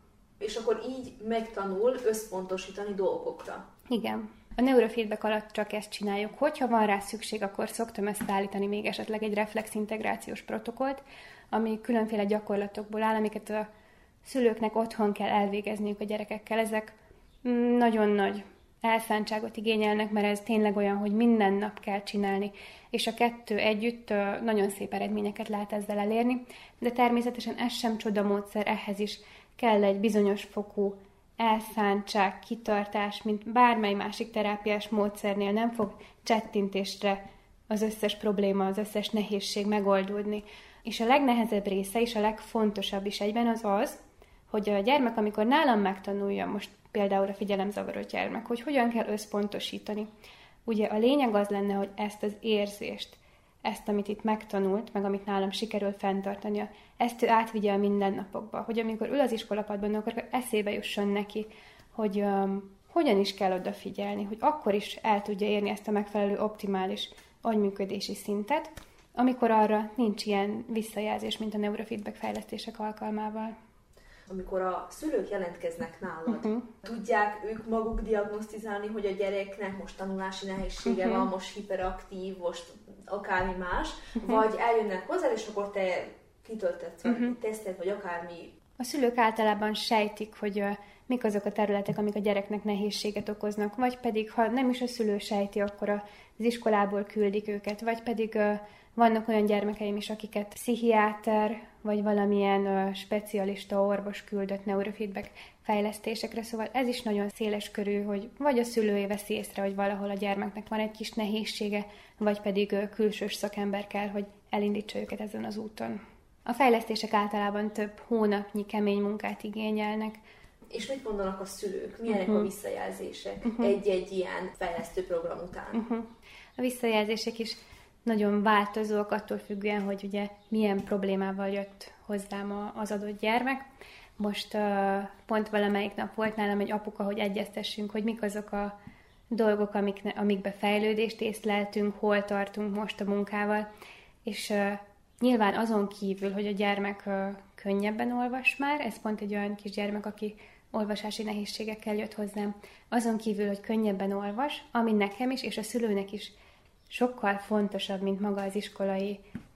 És akkor így megtanul összpontosítani dolgokra. Igen. A neurofeedback alatt csak ezt csináljuk. Hogyha van rá szükség, akkor szoktam összeállítani még esetleg egy reflexintegrációs protokollt, ami különféle gyakorlatokból áll, amiket a szülőknek otthon kell elvégezniük a gyerekekkel. Ezek nagyon nagy elszántságot igényelnek, mert ez tényleg olyan, hogy minden nap kell csinálni, és a kettő együtt nagyon szép eredményeket lehet ezzel elérni, de természetesen ez sem csodamódszer, ehhez is kell egy bizonyos fokú elszántság, kitartás, mint bármely másik terápiás módszernél nem fog csettintésre az összes probléma, az összes nehézség megoldódni. És a legnehezebb része és a legfontosabb is egyben az az, hogy a gyermek, amikor nálam megtanulja, most például a figyelemzavaros gyermek, hogy hogyan kell összpontosítani. Ugye a lényeg az lenne, hogy ezt az érzést, ezt, amit itt megtanult, meg amit nálam sikerül fenntartania, ezt ő átvigye a mindennapokba, hogy amikor ül az iskolapadban, akkor eszébe jusson neki, hogy um, hogyan is kell odafigyelni, hogy akkor is el tudja érni ezt a megfelelő optimális agyműködési szintet, amikor arra nincs ilyen visszajelzés, mint a neurofeedback fejlesztések alkalmával. Amikor a szülők jelentkeznek nálad, uh-huh. tudják ők maguk diagnosztizálni, hogy a gyereknek most tanulási nehézsége uh-huh. van, most hiperaktív, most akármi más, uh-huh. vagy eljönnek hozzá, és akkor te kitöltetsz uh-huh. vagy tesztet, vagy akármi. A szülők általában sejtik, hogy uh, mik azok a területek, amik a gyereknek nehézséget okoznak, vagy pedig, ha nem is a szülő sejti, akkor az iskolából küldik őket, vagy pedig uh, vannak olyan gyermekeim is, akiket pszichiáter, vagy valamilyen uh, specialista orvos küldött neurofeedback fejlesztésekre, szóval ez is nagyon széles körű, hogy vagy a szülője veszi észre, hogy valahol a gyermeknek van egy kis nehézsége, vagy pedig uh, külsős szakember kell, hogy elindítsa őket ezen az úton. A fejlesztések általában több hónapnyi kemény munkát igényelnek. És mit mondanak a szülők? Milyenek uh-huh. a visszajelzések uh-huh. egy-egy ilyen fejlesztő program után? Uh-huh. A visszajelzések is nagyon változóak, attól függően, hogy ugye milyen problémával jött hozzám az adott gyermek. Most uh, pont valamelyik nap volt nálam egy apuka, hogy egyeztessünk, hogy mik azok a dolgok, amik, amikbe fejlődést észleltünk, hol tartunk most a munkával, és uh, nyilván azon kívül, hogy a gyermek uh, könnyebben olvas már, ez pont egy olyan kis gyermek, aki olvasási nehézségekkel jött hozzám, azon kívül, hogy könnyebben olvas, ami nekem is, és a szülőnek is sokkal fontosabb, mint maga az iskolai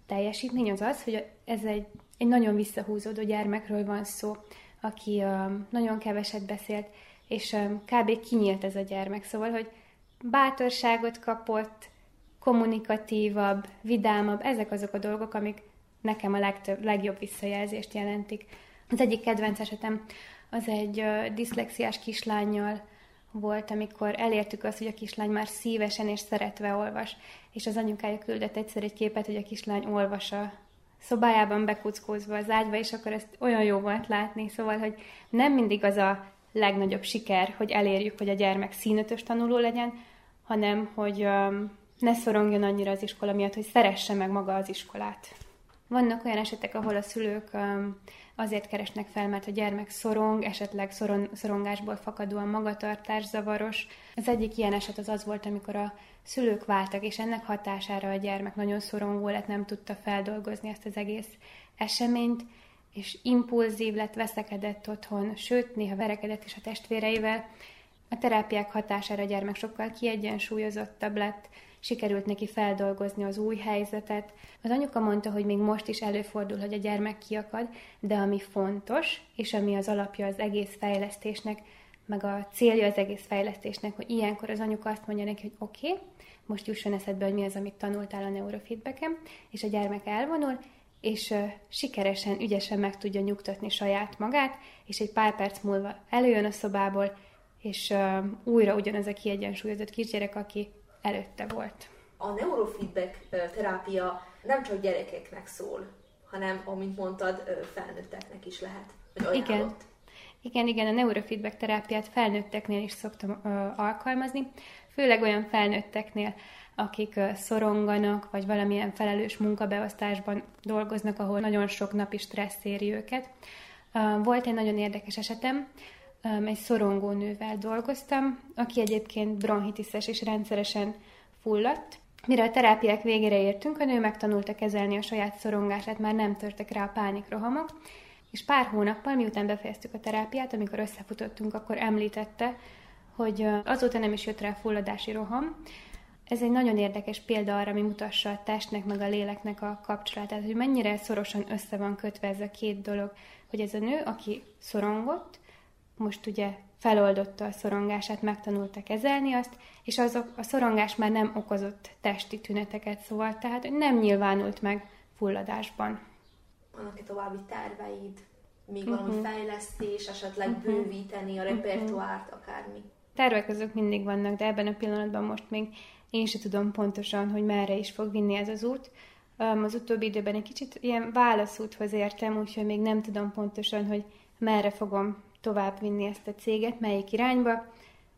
teljesítmény az az, hogy ez egy, egy nagyon visszahúzódó gyermekről van szó, aki um, nagyon keveset beszélt, és um, kb. Kinyílt ez a gyermek. Szóval, hogy bátorságot kapott, kommunikatívabb, vidámabb, ezek azok a dolgok, amik nekem a legtöbb, legjobb visszajelzést jelentik. Az egyik kedvenc esetem az egy uh, diszlexiás kislánnyal volt, amikor elértük azt, hogy a kislány már szívesen és szeretve olvas, és az anyukája küldött egyszer egy képet, hogy a kislány olvas a szobájában bekuckózva az ágyba, és akkor ezt olyan jó volt látni, szóval, hogy nem mindig az a legnagyobb siker, hogy elérjük, hogy a gyermek színötös tanuló legyen, hanem, hogy um, ne szorongjon annyira az iskola miatt, hogy szeresse meg maga az iskolát. Vannak olyan esetek, ahol a szülők um, azért keresnek fel, mert a gyermek szorong, esetleg szoron, szorongásból fakadóan magatartászavaros. Az egyik ilyen eset az az volt, amikor a szülők váltak, és ennek hatására a gyermek nagyon szorongó lett, nem tudta feldolgozni ezt az egész eseményt, és impulzív lett, veszekedett otthon, sőt, néha verekedett is a testvéreivel. A terápiák hatására a gyermek sokkal kiegyensúlyozottabb lett, sikerült neki feldolgozni az új helyzetet. Az anyuka mondta, hogy még most is előfordul, hogy a gyermek kiakad, de ami fontos, és ami az alapja az egész fejlesztésnek, meg a célja az egész fejlesztésnek, hogy ilyenkor az anyuka azt mondja neki, hogy oké, okay, most jusson eszedbe, hogy mi az, amit tanultál a neurofeedbacken, és a gyermek elvonul, és uh, sikeresen, ügyesen meg tudja nyugtatni saját magát, és egy pár perc múlva előjön a szobából, és uh, újra ugyanaz a kiegyensúlyozott kisgyerek, aki előtte volt. A neurofeedback terápia nem csak gyerekeknek szól, hanem, amint mondtad, felnőtteknek is lehet, vagy ajánlott. Igen. Igen, igen, a neurofeedback terápiát felnőtteknél is szoktam ö, alkalmazni, főleg olyan felnőtteknél, akik ö, szoronganak, vagy valamilyen felelős munkabeosztásban dolgoznak, ahol nagyon sok napi stressz éri őket. Ö, volt egy nagyon érdekes esetem, ö, egy szorongó nővel dolgoztam, aki egyébként bronchitiszes és rendszeresen fulladt. Mire a terápiák végére értünk, a nő megtanulta kezelni a saját szorongását, már nem törtek rá a pánikrohamok, és pár hónappal, miután befejeztük a terápiát, amikor összefutottunk, akkor említette, hogy azóta nem is jött rá fulladási roham. Ez egy nagyon érdekes példa arra, ami mutassa a testnek meg a léleknek a kapcsolatát, hogy mennyire szorosan össze van kötve ez a két dolog, hogy ez a nő, aki szorongott, most ugye feloldotta a szorongását, megtanulta kezelni azt, és azok, a szorongás már nem okozott testi tüneteket, szóval tehát nem nyilvánult meg fulladásban. Vannak-e további terveid? Még valami uh-huh. fejlesztés, esetleg uh-huh. bővíteni a repertoárt, akármi? Tervek azok mindig vannak, de ebben a pillanatban most még én sem tudom pontosan, hogy merre is fog vinni ez az út. Az utóbbi időben egy kicsit ilyen válaszúthoz értem, úgyhogy még nem tudom pontosan, hogy merre fogom tovább vinni ezt a céget, melyik irányba,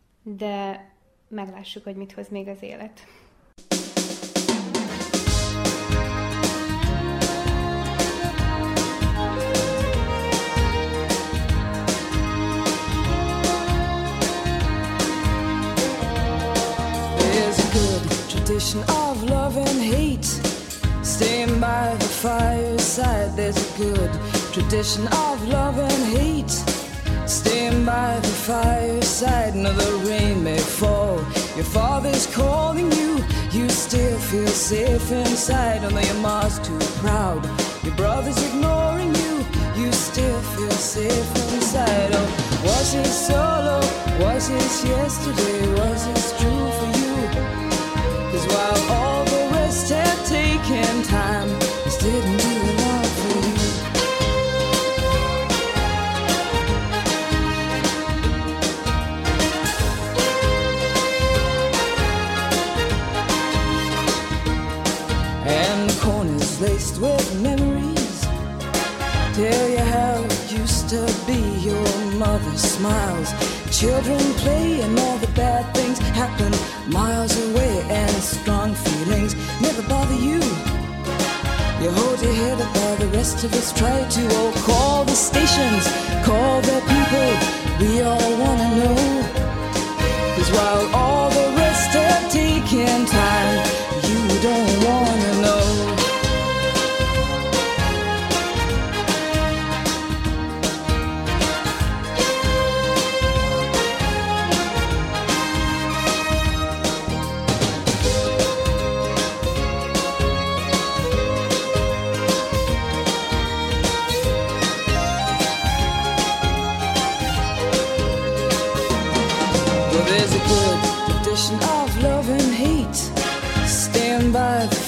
de meglássuk, hogy mit hoz még az élet. Tradition of love and hate, staying by the fireside. There's a good tradition of love and hate, staying by the fireside. Now the rain may fall, your father's calling you, you still feel safe inside. Although your mom's too proud, your brother's ignoring you, you still feel safe inside. Oh, was it solo? Was it yesterday? Was it true for you? 'Cause while all the rest had taken time, this didn't do enough for you. And corners laced with memories tell you how it used to be. Your mother smiles, children play, and all the bad things happen miles away, and strong feelings never bother you. You hold your head up while the rest of us try to. Oh, call the stations, call the people, we all wanna know. 'Cause while all the rest have taken time, you don't wanna know.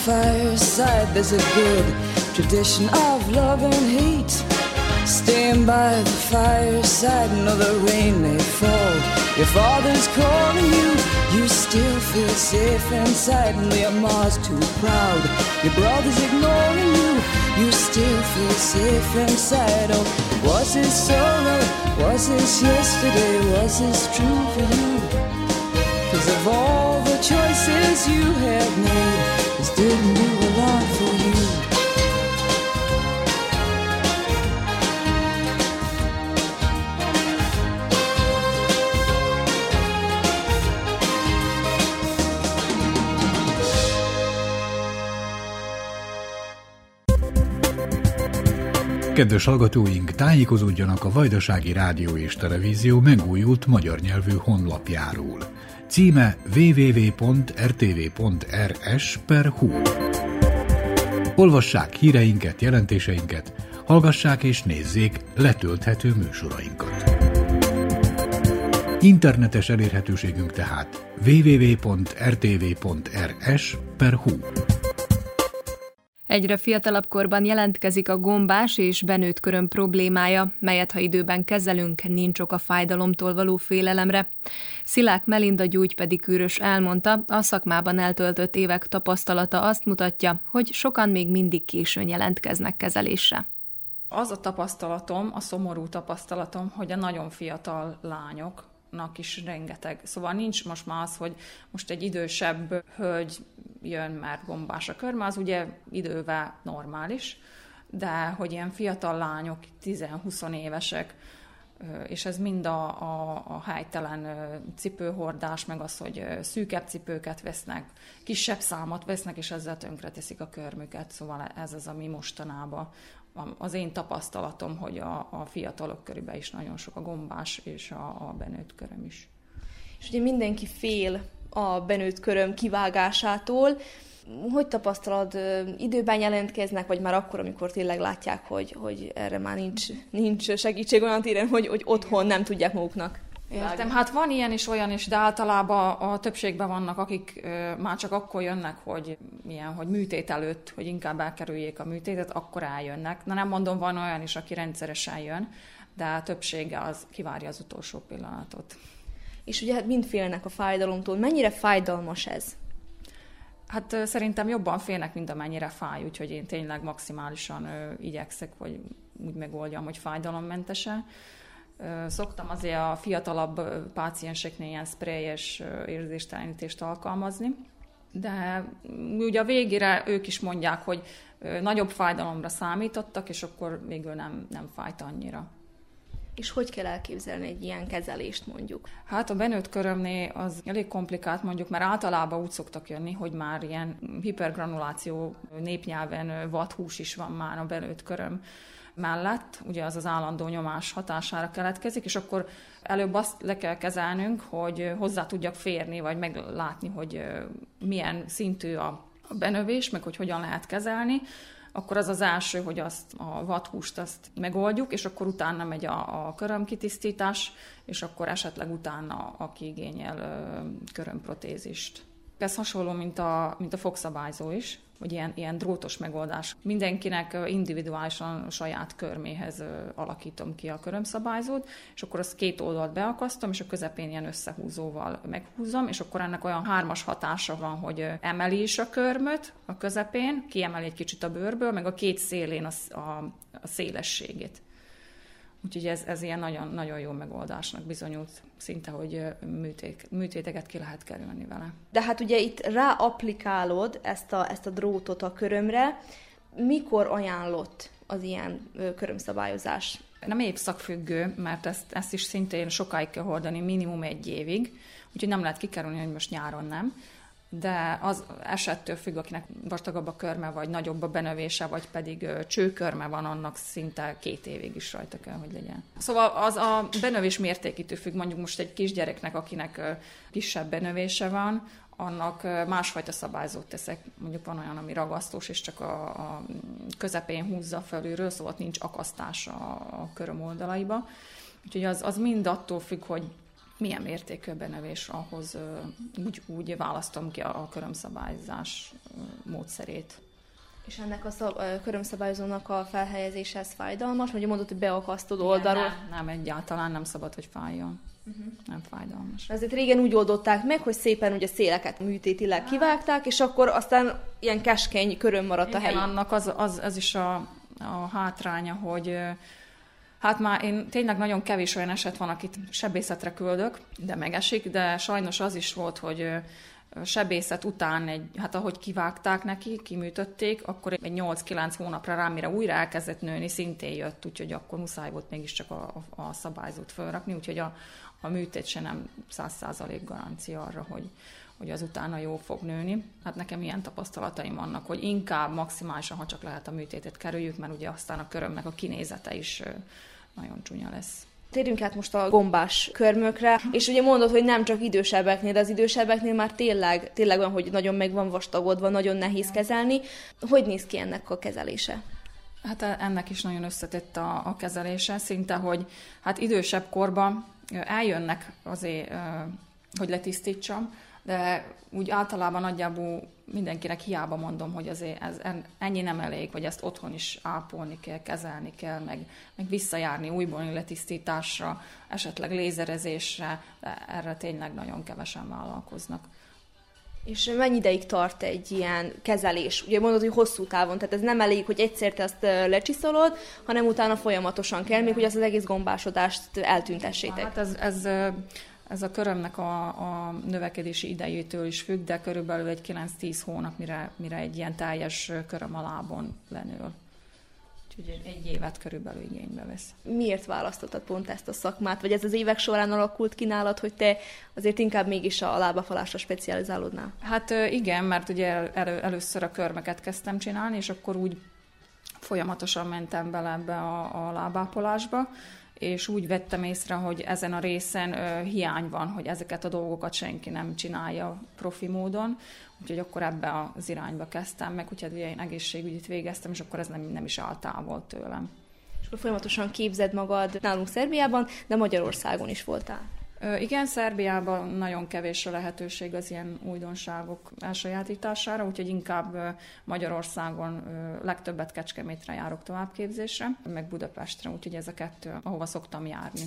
fireside, there's a good tradition of love and hate. Staying by the fireside, no, the rain may fall, your father's calling you, you still feel safe inside. And your mom's too proud, your brother's ignoring you, you still feel safe inside. Oh, was this sorrow, was this yesterday, was this true for you? 'Cause of all the choices you have made, this didn't do a lot for you. Kedves hallgatóink, tájékozódjanak a Vajdasági Rádió és Televízió megújult magyar nyelvű honlapjáról. Címe double-u double-u double-u pont r t v pont r s per h u. Olvassák híreinket, jelentéseinket, hallgassák és nézzék letölthető műsorainkat. Internetes elérhetőségünk tehát double-u double-u double-u pont r t v pont r s per h u. Egyre fiatalabb korban jelentkezik a gombás és benőtt köröm problémája, melyet ha időben kezelünk, nincs ok a fájdalomtól való félelemre. Szilák Melinda gyógypedikűrös elmondta, a szakmában eltöltött évek tapasztalata azt mutatja, hogy sokan még mindig későn jelentkeznek kezelésre. Az a tapasztalatom, a szomorú tapasztalatom, hogy a nagyon fiatal lányok, is rengeteg. Szóval nincs most már az, hogy most egy idősebb hölgy jön, mert gombás a körme, az ugye idővel normális, de hogy ilyen fiatal lányok, tíz-húsz évesek, és ez mind a, a, a helytelen cipőhordás, meg az, hogy szűkebb cipőket vesznek, kisebb számot vesznek, és ezzel tönkreteszik a körmüket. Szóval ez az, ami mostanában az én tapasztalatom, hogy a, a fiatalok körében is nagyon sok a gombás és a, a benőtt köröm is. És ugye mindenki fél a benőtt köröm kivágásától. Hogy tapasztalod, időben jelentkeznek, vagy már akkor, amikor tényleg látják, hogy, hogy erre már nincs, nincs segítség olyan téren, hogy, hogy otthon nem tudják maguknak? Értem, hát van ilyen is, olyan is, de általában a többségben vannak, akik már csak akkor jönnek, hogy milyen, hogy műtét előtt, hogy inkább elkerüljék a műtétet, akkor eljönnek. Na nem mondom, van olyan is, aki rendszeresen jön, de a többsége az kivárja az utolsó pillanatot. És ugye hát mind félnek a fájdalomtól. Mennyire fájdalmas ez? Hát szerintem jobban félnek, mint amennyire fáj, úgyhogy én tényleg maximálisan ö, igyekszek, hogy úgy megoldjam, hogy fájdalommentesen. Szoktam azért a fiatalabb pácienseknél ilyen sprayes érzéstelenítést alkalmazni, de ugye a végére ők is mondják, hogy nagyobb fájdalomra számítottak, és akkor végül nem, nem fájt annyira. És hogy kell elképzelni egy ilyen kezelést mondjuk? Hát a benőtt körömnél az elég komplikált mondjuk, mert általában úgy szoktak jönni, hogy már ilyen hipergranuláció, népnyelven vadhús is van már a benőtt köröm mellett, ugye az az állandó nyomás hatására keletkezik, és akkor előbb azt le kell kezelnünk, hogy hozzá tudjak férni, vagy meglátni, hogy milyen szintű a benövés, meg hogy hogyan lehet kezelni. Akkor az az első, hogy azt a vadhúst azt megoldjuk, és akkor utána megy a, a körömkitisztítás, és akkor esetleg utána, aki igényel körömprotézist. Ez hasonló, mint a, mint a fogszabályzó is, vagy ilyen, ilyen drótos megoldás. Mindenkinek individuálisan a saját körméhez alakítom ki a körömszabályzót, és akkor azt két oldalt beakasztom, és a közepén ilyen összehúzóval meghúzom, és akkor ennek olyan hármas hatása van, hogy emeli is a körmöt a közepén, kiemeli egy kicsit a bőrből, meg a két szélén a, a, a szélességét. Úgyhogy ez, ez ilyen nagyon, nagyon jó megoldásnak bizonyult, szinte, hogy műtét, műtéteket ki lehet kerülni vele. De hát ugye itt ráapplikálod ezt a, ezt a drótot a körömre. Mikor ajánlott az ilyen körömszabályozás? Nem évszakfüggő, mert ezt, ezt is szintén sokáig kell hordani, minimum egy évig, úgyhogy nem lehet kikerülni, hogy most nyáron nem. De az esettől függ, akinek vastagabb a körme, vagy nagyobb a benövése, vagy pedig csőkörme van, annak szinte két évig is rajta kell, hogy legyen. Szóval az a benövés mértékitől függ, mondjuk most egy kisgyereknek, akinek kisebb benövése van, annak másfajta szabályzót teszek. Mondjuk van olyan, ami ragasztós, és csak a, a közepén húzza felülről, szóval nincs akasztás a, a köröm oldalaiba. Úgyhogy az, az mind attól függ, hogy milyen mértékű benövés, ahhoz úgy, úgy választom ki a körömszabályzás módszerét. És ennek a, szab- a körömszabályozónak a felhelyezése ez fájdalmas? Vagy mondod, hogy beakasztod oldalról? Nem, nem, egyáltalán nem szabad, hogy fájjon. Uh-huh. Nem fájdalmas. Ezért régen úgy oldották meg, hogy szépen ugye széleket műtétileg kivágták, és akkor aztán ilyen keskeny köröm maradt igen, a helyén. annak az, az, az is a, a hátránya, hogy hát már én tényleg nagyon kevés olyan eset van, akit sebészetre küldök, de megesik, de sajnos az is volt, hogy sebészet után, egy, hát ahogy kivágták neki, kiműtötték, akkor egy nyolc-kilenc hónapra rá, mire újra elkezdett nőni, szintén jött, úgyhogy akkor muszáj volt mégiscsak a, a, a szabályzót fölrakni, úgyhogy a, a műtét se nem száz százalék garancia arra, hogy, hogy az utána jó fog nőni. Hát nekem ilyen tapasztalataim vannak, hogy inkább maximálisan, ha csak lehet a műtétet kerüljük, mert ugye aztán a körömnek a kinézete is nagyon csúnya lesz. Térjünk át most a gombás körmökre, és ugye mondod, hogy nem csak idősebbeknél, de az idősebbeknél már tényleg, tényleg van, hogy nagyon meg van vastagodva, nagyon nehéz kezelni. Hogy néz ki ennek a kezelése? Hát ennek is nagyon összetett a, a kezelése, szinte, hogy hát idősebb korban eljönnek azért, hogy letisztítsam, de úgy általában nagyjából mindenkinek hiába mondom, hogy azért ez, ennyi nem elég, vagy ezt otthon is ápolni kell, kezelni kell, meg, meg visszajárni újból letisztításra, esetleg lézerezésre, de erre tényleg nagyon kevesen vállalkoznak. És mennyi ideig tart egy ilyen kezelés? Ugye mondod, hogy hosszú távon, tehát ez nem elég, hogy egyszer te azt lecsiszolod, hanem utána folyamatosan kell, még hogy azt az egész gombásodást eltüntessétek. Hát ez... ez Ez a körömnek a, a növekedési idejétől is függ, de körülbelül egy kilenc-tíz hónap, mire, mire egy ilyen teljes köröm a lábon lenől. Úgyhogy egy évet körülbelül igénybe vesz. Miért választottad pont ezt a szakmát? Vagy ez az évek során alakult ki nálad, hogy te azért inkább mégis a lábápolásra specializálódnál? Hát igen, mert ugye elő, először a körmeket kezdtem csinálni, és akkor úgy folyamatosan mentem bele ebbe a, a lábápolásba, és úgy vettem észre, hogy ezen a részen ö, hiány van, hogy ezeket a dolgokat senki nem csinálja profi módon, úgyhogy akkor ebbe az irányba kezdtem meg, úgyhogy ugye én egészségügyit végeztem, és akkor ez nem, nem is áll távol tőlem. És akkor folyamatosan képzed magad nálunk Szerbiában, de Magyarországon is voltál. Ö, igen, Szerbiában nagyon kevés a lehetőség az ilyen újdonságok elsajátítására, úgyhogy inkább ö, Magyarországon ö, legtöbbet Kecskemétre járok továbbképzésre, meg Budapestre, úgyhogy ez a kettő, ahova szoktam járni.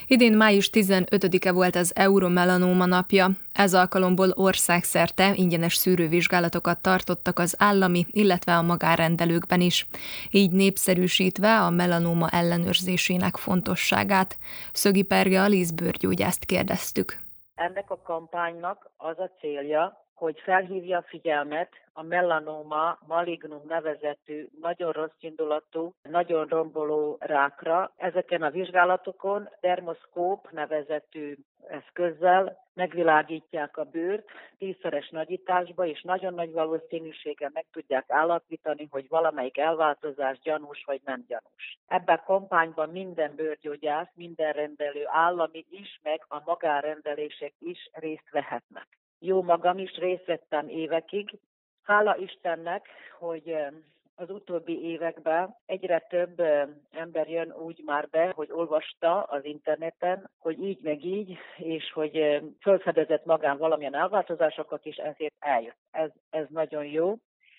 Idén május tizenötödike volt az Euromelanoma napja. Ez alkalomból országszerte ingyenes szűrővizsgálatokat tartottak az állami, illetve a magánrendelőkben is, így népszerűsítve a melanóma ellenőrzésének fontosságát. Szögi Perge Alisz bőrgyógyászt kérdeztük. Ennek a kampánynak az a célja, hogy felhívja a figyelmet a melanoma malignum nevezetű, nagyon rossz indulatú, nagyon romboló rákra. Ezeken a vizsgálatokon dermoszkóp nevezetű eszközzel megvilágítják a bőrt tízszeres nagyításba, és nagyon nagy valószínűséggel meg tudják állapítani, hogy valamelyik elváltozás gyanús vagy nem gyanús. Ebben a kampányban minden bőrgyógyász, minden rendelő, állami is, meg a magánrendelések is részt vehetnek. Jó magam is részt vettem évekig. Hála Istennek, hogy az utóbbi években egyre több ember jön úgy már be, hogy olvasta az interneten, hogy így meg így, és hogy felfedezett magán valamilyen elváltozásokat, és ezért eljött. Ez, ez nagyon jó,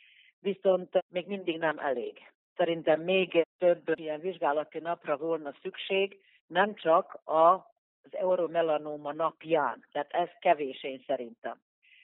viszont még mindig nem elég. Szerintem még több ilyen vizsgálati napra volna szükség, nem csak a az Euromelanoma napján. Tehát ez kevés én szerintem.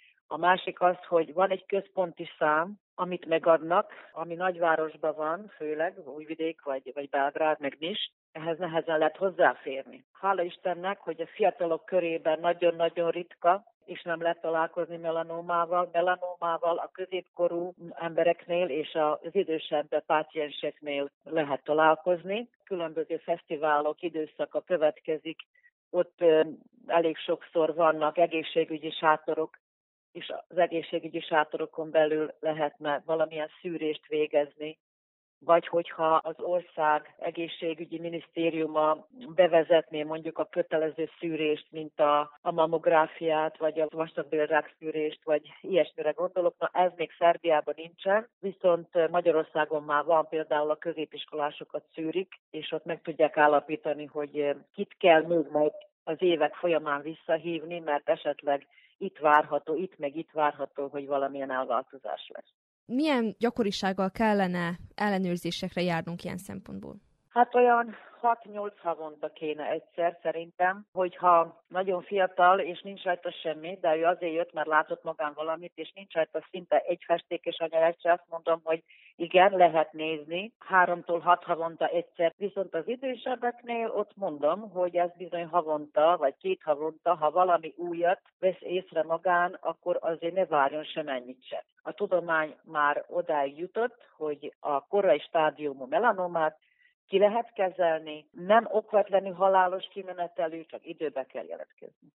A másik az, hogy van egy központi szám, amit megadnak, ami nagyvárosban van, főleg Újvidék vagy, vagy Belgrád, meg Nis, ehhez nehezen lehet hozzáférni. Hála Istennek, hogy a fiatalok körében nagyon-nagyon ritka, és nem lehet találkozni melanómával. Melanómával a középkorú embereknél és az idősebb pácienseknél lehet találkozni. Különböző fesztiválok időszaka következik, ott elég sokszor vannak egészségügyi sátorok, és az egészségügyi sátorokon belül lehetne valamilyen szűrést végezni, vagy hogyha az ország egészségügyi minisztériuma bevezetné mondjuk a kötelező szűrést, mint a, a mammográfiát, vagy a vastagbélrák szűrést, vagy ilyesmire gondolok. Na, ez még Szerbiában nincsen, viszont Magyarországon már van, például a középiskolásokat szűrik, és ott meg tudják állapítani, hogy kit kell még majd az évek folyamán visszahívni, mert esetleg itt várható, itt meg itt várható, hogy valamilyen elváltozás lesz. Milyen gyakorisággal kellene ellenőrzésekre járnunk ilyen szempontból? Hát olyan hat-nyolc havonta kéne egyszer szerintem, hogyha nagyon fiatal, és nincs rajta semmi, de ő azért jött, mert látott magán valamit, és nincs rajta szinte egy festékes anyagecse, azt mondom, hogy igen, lehet nézni, háromtól hat havonta egyszer. Viszont az idősebbeknél ott mondom, hogy ez bizony havonta, vagy két havonta, ha valami újat vesz észre magán, akkor azért ne várjon sem ennyit sem. A tudomány már odáig jutott, hogy a korai stádiumú melanomát ki lehet kezelni, nem okvetlenül halálos kimenetelű, csak időbe kell jelentkezni.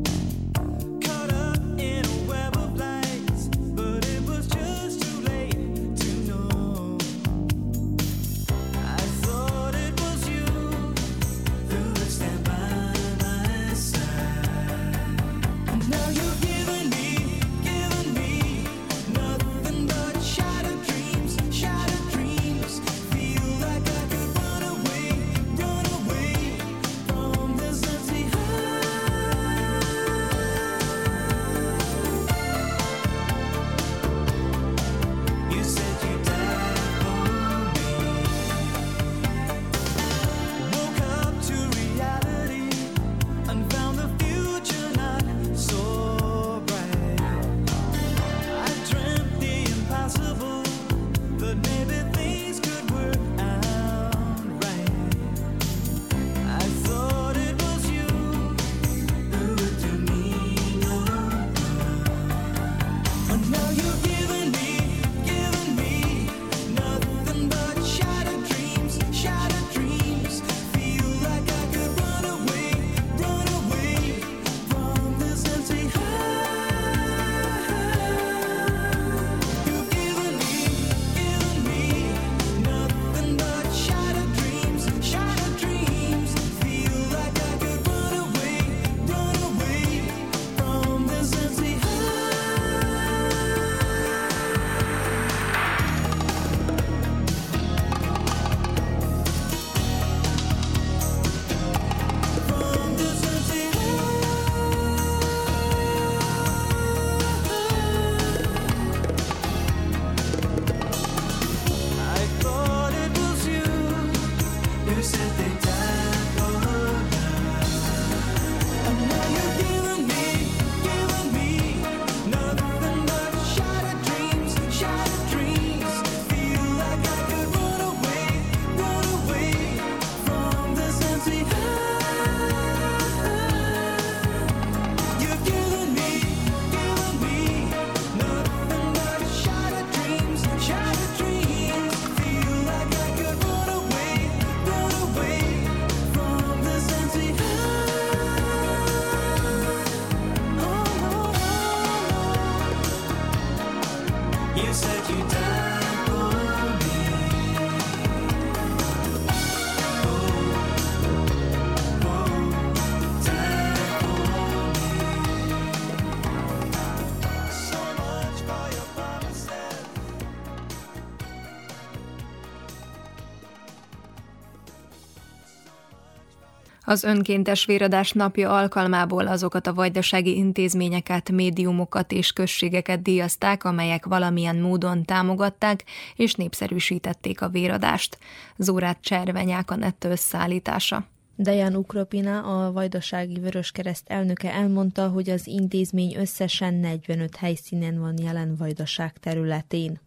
Caught up in a web of lights, but it was just too late. Az önkéntes véradás napja alkalmából azokat a vajdasági intézményeket, médiumokat és községeket díjazták, amelyek valamilyen módon támogatták és népszerűsítették a véradást. Zórát Cservenyák Anett összeállítása. Dejan Ukropina, a Vajdasági Vöröskereszt elnöke elmondta, hogy az intézmény összesen negyvenöt helyszínen van jelen Vajdaság területén.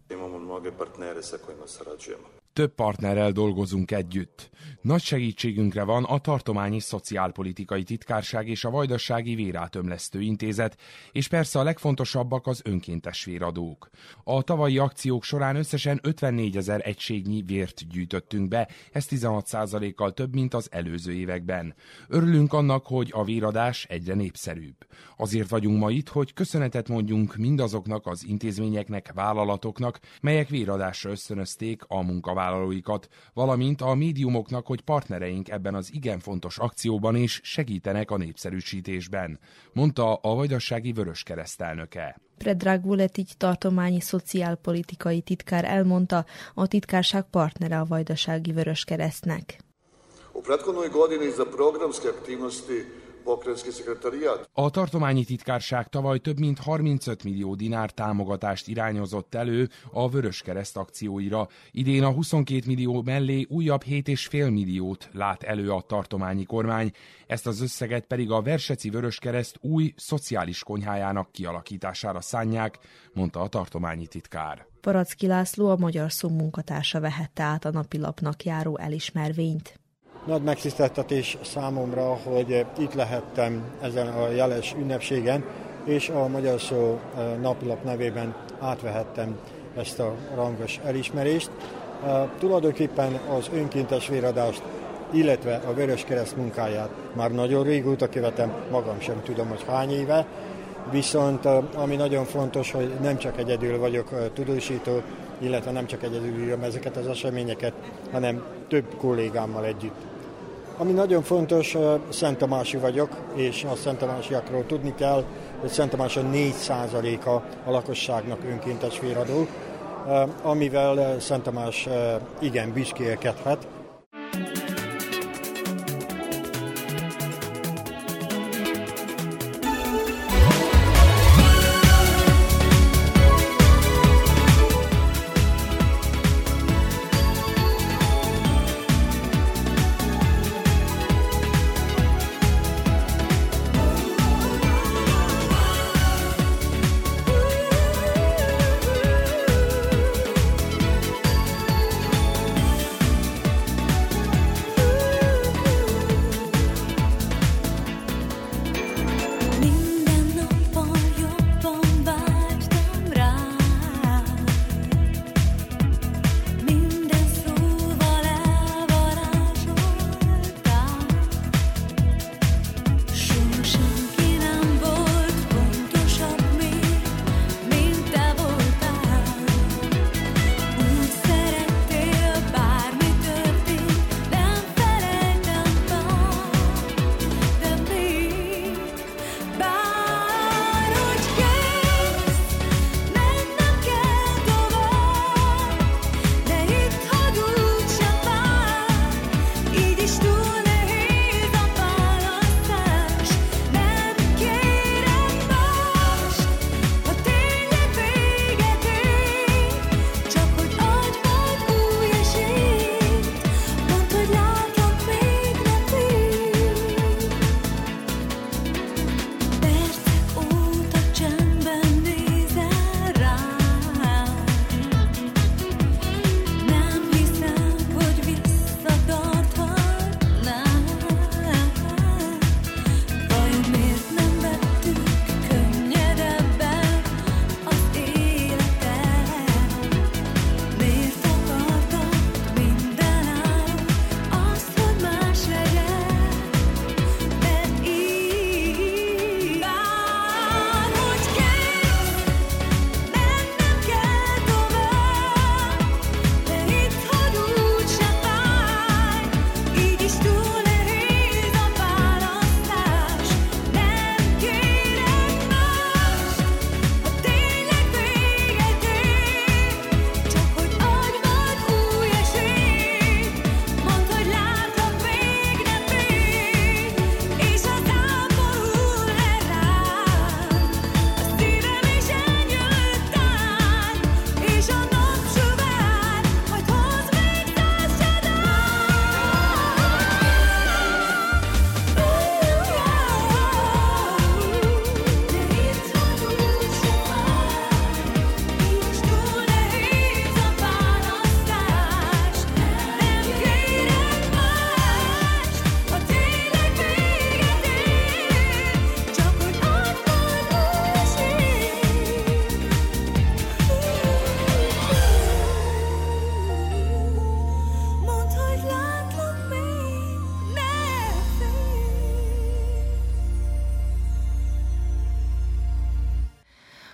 Több partnerrel dolgozunk együtt. Nagy segítségünkre van a Tartományi Szociálpolitikai Titkárság és a Vajdasági Vérátömlesztő Intézet, és persze a legfontosabbak az önkéntes véradók. A tavalyi akciók során összesen ötvennégyezer egységnyi vért gyűjtöttünk be, ez tizenhat százalékkal több, mint az előző években. Örülünk annak, hogy a véradás egyre népszerűbb. Azért vagyunk ma itt, hogy köszönetet mondjunk mindazoknak az intézményeknek, vállalatoknak, melyek véradásra ösztönözték a munkavállalóikat, valamint a médiumoknak, hogy partnereink ebben az igen fontos akcióban is segítenek a népszerűsítésben, mondta a Vajdasági Vöröskereszt elnöke. Predrag Vuletić tartományi szociálpolitikai titkár elmondta, a titkárság partnere a Vajdasági Vöröskeresztnek. U prethodnoj godini za programske aktivnosti pokrajinski sekretarijat. A tartományi titkárság tavaly több mint harmincöt millió dinár támogatást irányozott elő a Vöröskereszt akcióira. Idén a huszonkét millió mellé újabb hét egész öt milliót lát elő a tartományi kormány, ezt az összeget pedig a Verseci Vöröskereszt új szociális konyhájának kialakítására szánják, mondta a tartományi titkár. Paracki László, a Magyar Szó munkatársa vehette át a napilapnak járó elismervényt. Nagy megtiszteltetés számomra, hogy itt lehettem ezen a jeles ünnepségen, és a Magyar Szó napilap nevében átvehettem ezt a rangos elismerést. Tulajdonképpen az önkéntes véradást, illetve a Vöröskereszt munkáját már nagyon régóta követem, magam sem tudom, hogy hány éve, viszont ami nagyon fontos, hogy nem csak egyedül vagyok tudósító, illetve nem csak egyedül írom ezeket az eseményeket, hanem több kollégámmal együtt. Ami nagyon fontos, Szent Tamási vagyok, és a Szent Tamásiakról tudni kell, hogy Szent Tamáson négy százaléka a lakosságnak önkéntes véradó, amivel Szent Tamás igen büszkélkedhet.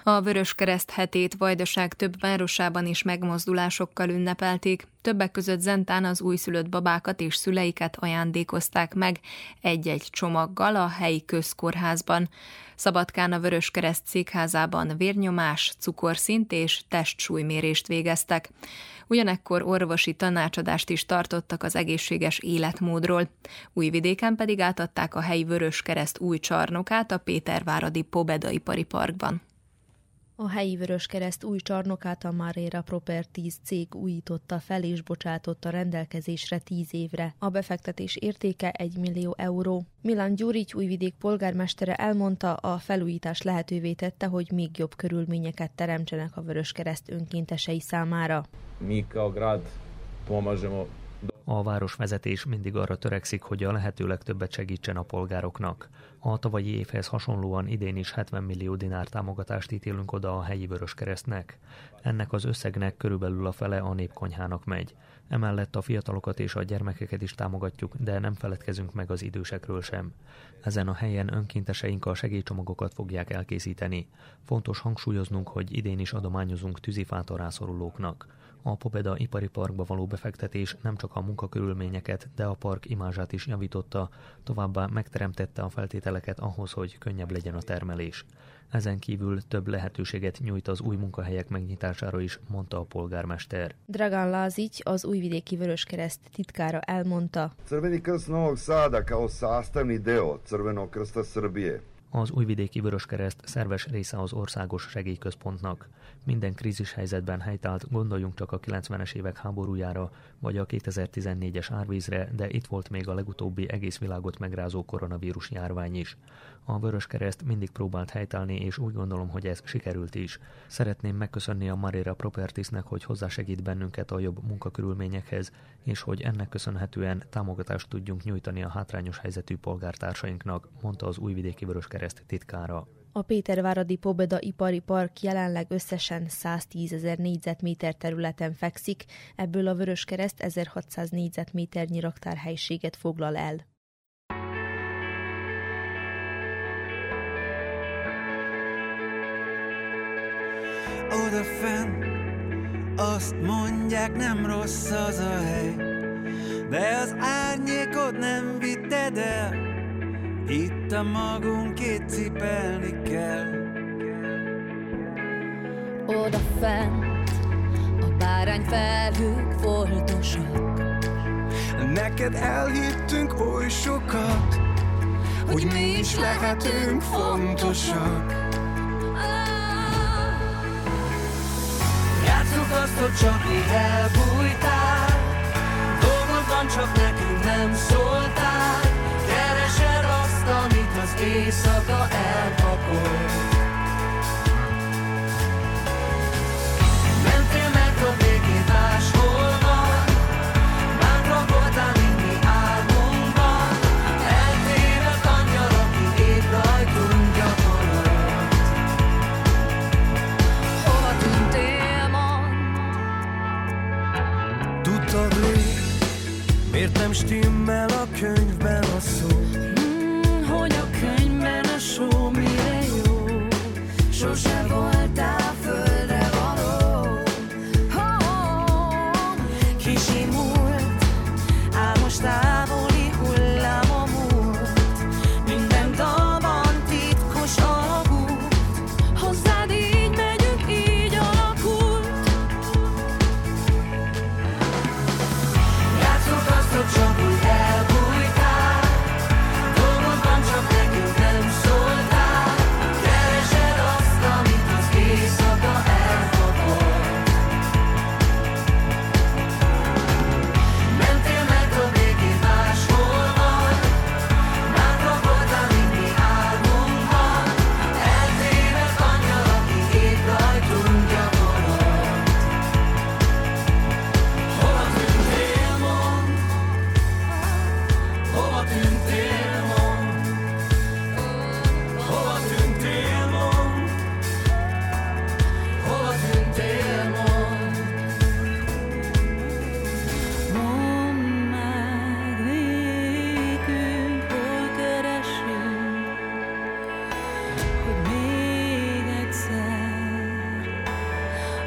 A Vöröskereszt hetét Vajdaság több városában is megmozdulásokkal ünnepelték, többek között Zentán az újszülött babákat és szüleiket ajándékozták meg egy-egy csomaggal a helyi közkórházban. Szabadkán a Vöröskereszt székházában vérnyomás, cukorszint és testsúlymérést végeztek. Ugyanekkor orvosi tanácsadást is tartottak az egészséges életmódról. Újvidéken pedig átadták a helyi Vöröskereszt új csarnokát a Péterváradi Pobeda ipari parkban. A helyi Vöröskereszt új csarnokát a Marera Properties cég újította fel és bocsátotta rendelkezésre tíz évre. A befektetés értéke egy millió euró. Milan Gyurics Újvidék polgármestere elmondta, a felújítás lehetővé tette, hogy még jobb körülményeket teremtsenek a Vöröskereszt önkéntesei számára. A városvezetés mindig arra törekszik, hogy a lehető legtöbbet segítsen a polgároknak. A tavalyi évhez hasonlóan idén is hetven millió dinár támogatást ítélünk oda a helyi Vöröskeresztnek. Ennek az összegnek körülbelül a fele a népkonyhának megy. Emellett a fiatalokat és a gyermekeket is támogatjuk, de nem feledkezünk meg az idősekről sem. Ezen a helyen önkénteseink a segélycsomagokat fogják elkészíteni. Fontos hangsúlyoznunk, hogy idén is adományozunk tűzifát a rászorulóknak. A Pobeda ipari parkba való befektetés nem csak a munkakörülményeket, de a park imázsát is javította, továbbá megteremtette a feltételeket ahhoz, hogy könnyebb legyen a termelés. Ezen kívül több lehetőséget nyújt az új munkahelyek megnyitására is, mondta a polgármester. Dragan Lazić, az újvidéki Vöröskereszt titkára elmondta. Crveni krst Novog Sada kao sastavni deo Crvenog krsta Srbije. Az újvidéki Vöröskereszt szerves része az országos segélyközpontnak. Minden krízis helyzetben helytált, gondoljunk csak a kilencvenes évek háborújára, vagy a kétezer-tizennégyes árvízre, de itt volt még a legutóbbi egész világot megrázó koronavírus járvány is. A Vöröskereszt mindig próbált helytállni, és úgy gondolom, hogy ez sikerült is. Szeretném megköszönni a Marera Propertiesnek, hogy hozzásegít bennünket a jobb munkakörülményekhez, és hogy ennek köszönhetően támogatást tudjunk nyújtani a hátrányos helyzetű polgártársainknak, mondta az újvidéki Vöröskereszt titkára. A Péterváradi Pobeda ipari park jelenleg összesen száztízezer négyzetméter területen fekszik, ebből a Vöröskereszt ezerhatszáz négyzetméternyi raktárhelyiséget foglal el. Odafenn azt mondják, nem rossz az a hely, de az árnyékot nem vitted el, itt a magunkét cipelni kell. Odafent a bárányfelhők foltosak, neked elhittünk oly sokat, hogy mi is lehetünk fontosak. Játsszuk azt, hogy csak így elbújtál, dolgodban csak nekünk nem szóltál, keresed azt, amit az éjszaka elpakol. Mentél meg a végén máshol van, bátran voltál, mint mi álmunkban, eltévedt angyal, aki épp rajtunk gyakorolt. Hova tűntél ma? Tudtad rég, miért nem stimmel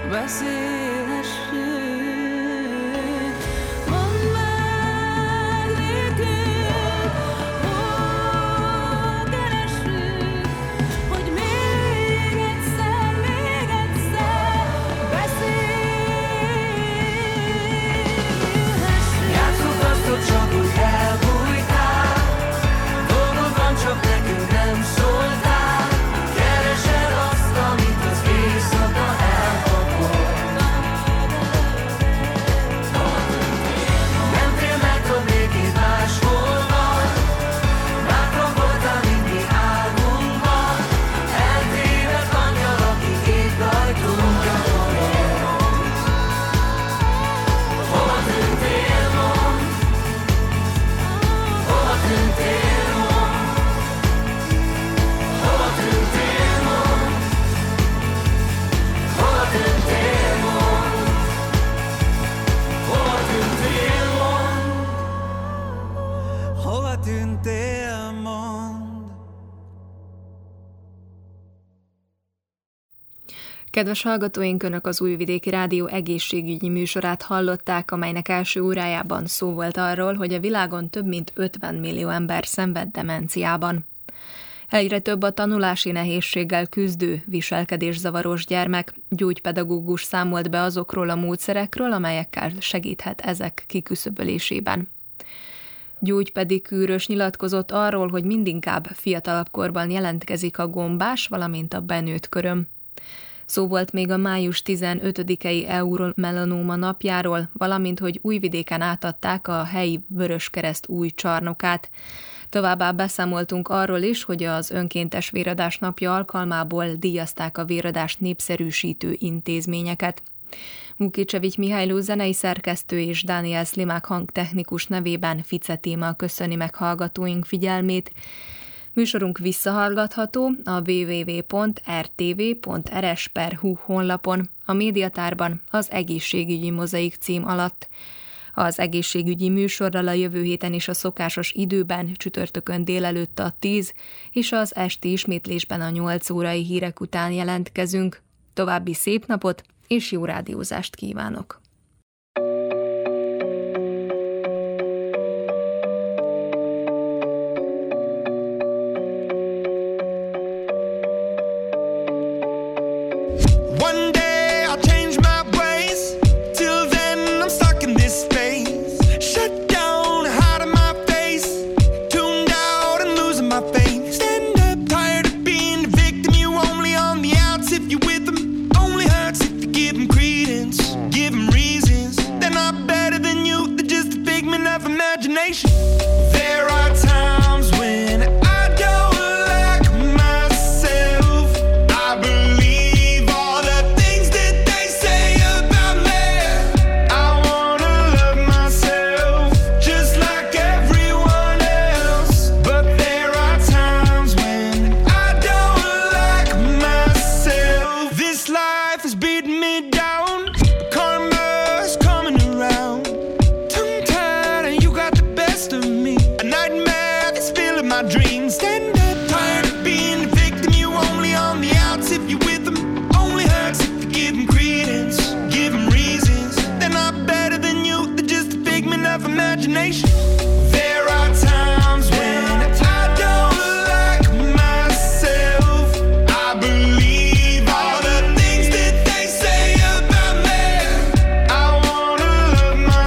Kedves hallgatóink, Önök az Újvidéki Rádió egészségügyi műsorát hallották, amelynek első órájában szó volt arról, hogy a világon több mint ötven millió ember szenved demenciában. Egyre több a tanulási nehézséggel küzdő, viselkedészavaros gyermek, gyógypedagógus számolt be azokról a módszerekről, amelyekkel segíthet ezek kiküszöbölésében. Gyógypedikűrös nyilatkozott arról, hogy mindinkább fiatalabb korban jelentkezik a gombás, valamint a benőtt köröm. Szó volt még a május tizenötödikei Euromelanoma napjáról, valamint hogy Újvidéken átadták a helyi Vöröskereszt új csarnokát. Továbbá beszámoltunk arról is, hogy az önkéntes véradás napja alkalmából díjazták a véradást népszerűsítő intézményeket. Vukicevics Mihályló zenei szerkesztő és Dániel Szlimák hangtechnikus nevében Fice Téma köszöni meg hallgatóink figyelmét. Műsorunk visszahallgatható a double-u double-u double-u pont r t v pont r s pont h u honlapon, a médiatárban az egészségügyi mozaik cím alatt. Az egészségügyi műsorral a jövő héten is a szokásos időben, csütörtökön délelőtt a tíz, és az esti ismétlésben a nyolc órai hírek után jelentkezünk. További szép napot és jó rádiózást kívánok!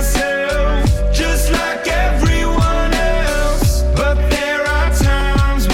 Times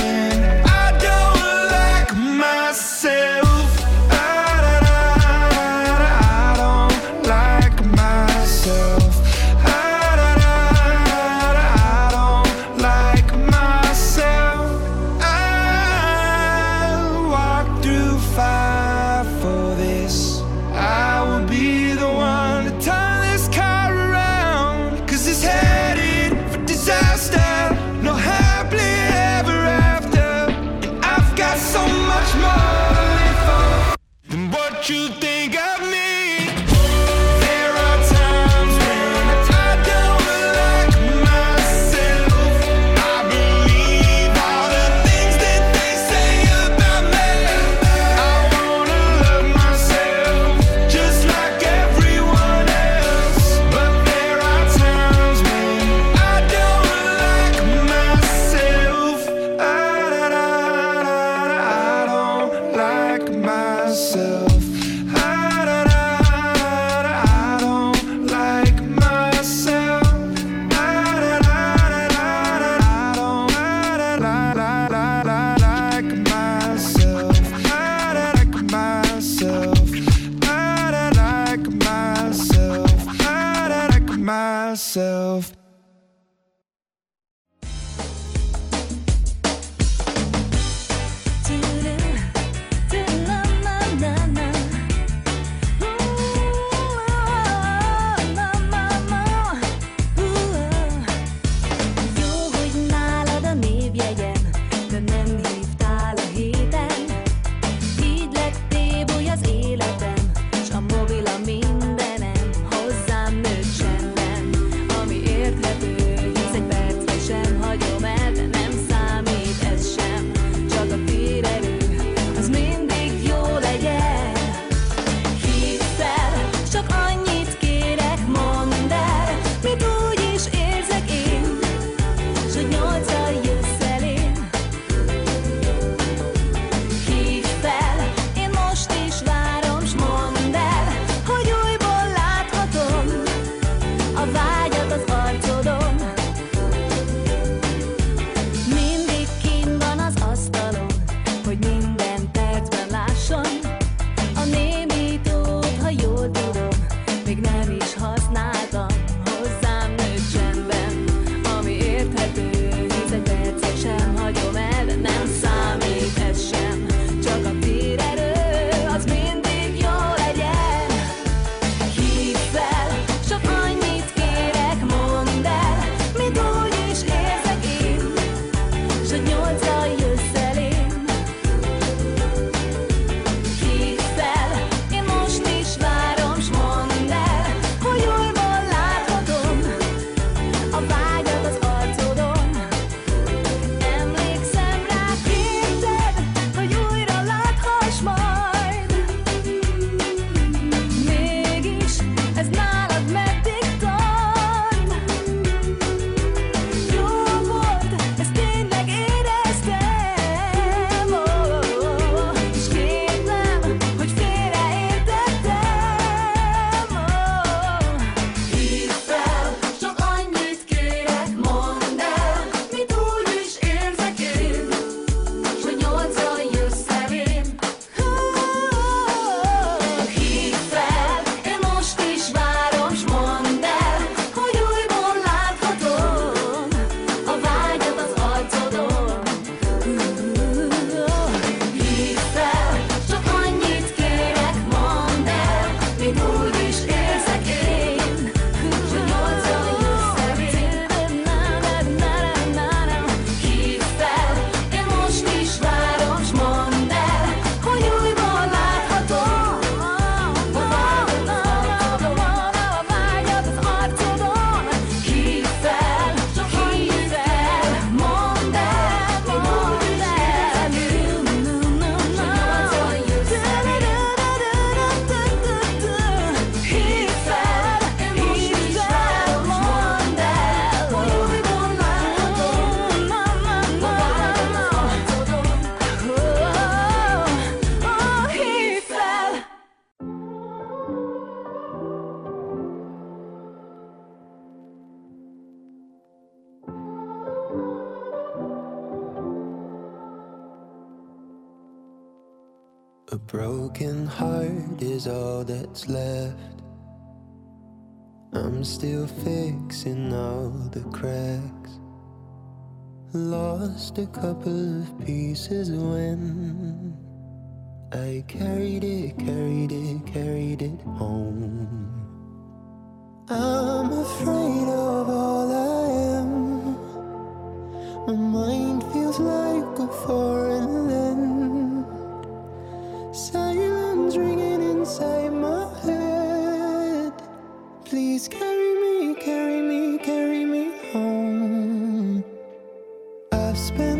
A broken heart is all that's left. I'm still fixing all the cracks. Lost a couple of pieces when I carried it, carried it, carried it home. I'm afraid of all I am. My mind feels like a foreign land. Silence ringing inside my head. Please carry me, carry me, carry me home. I've spent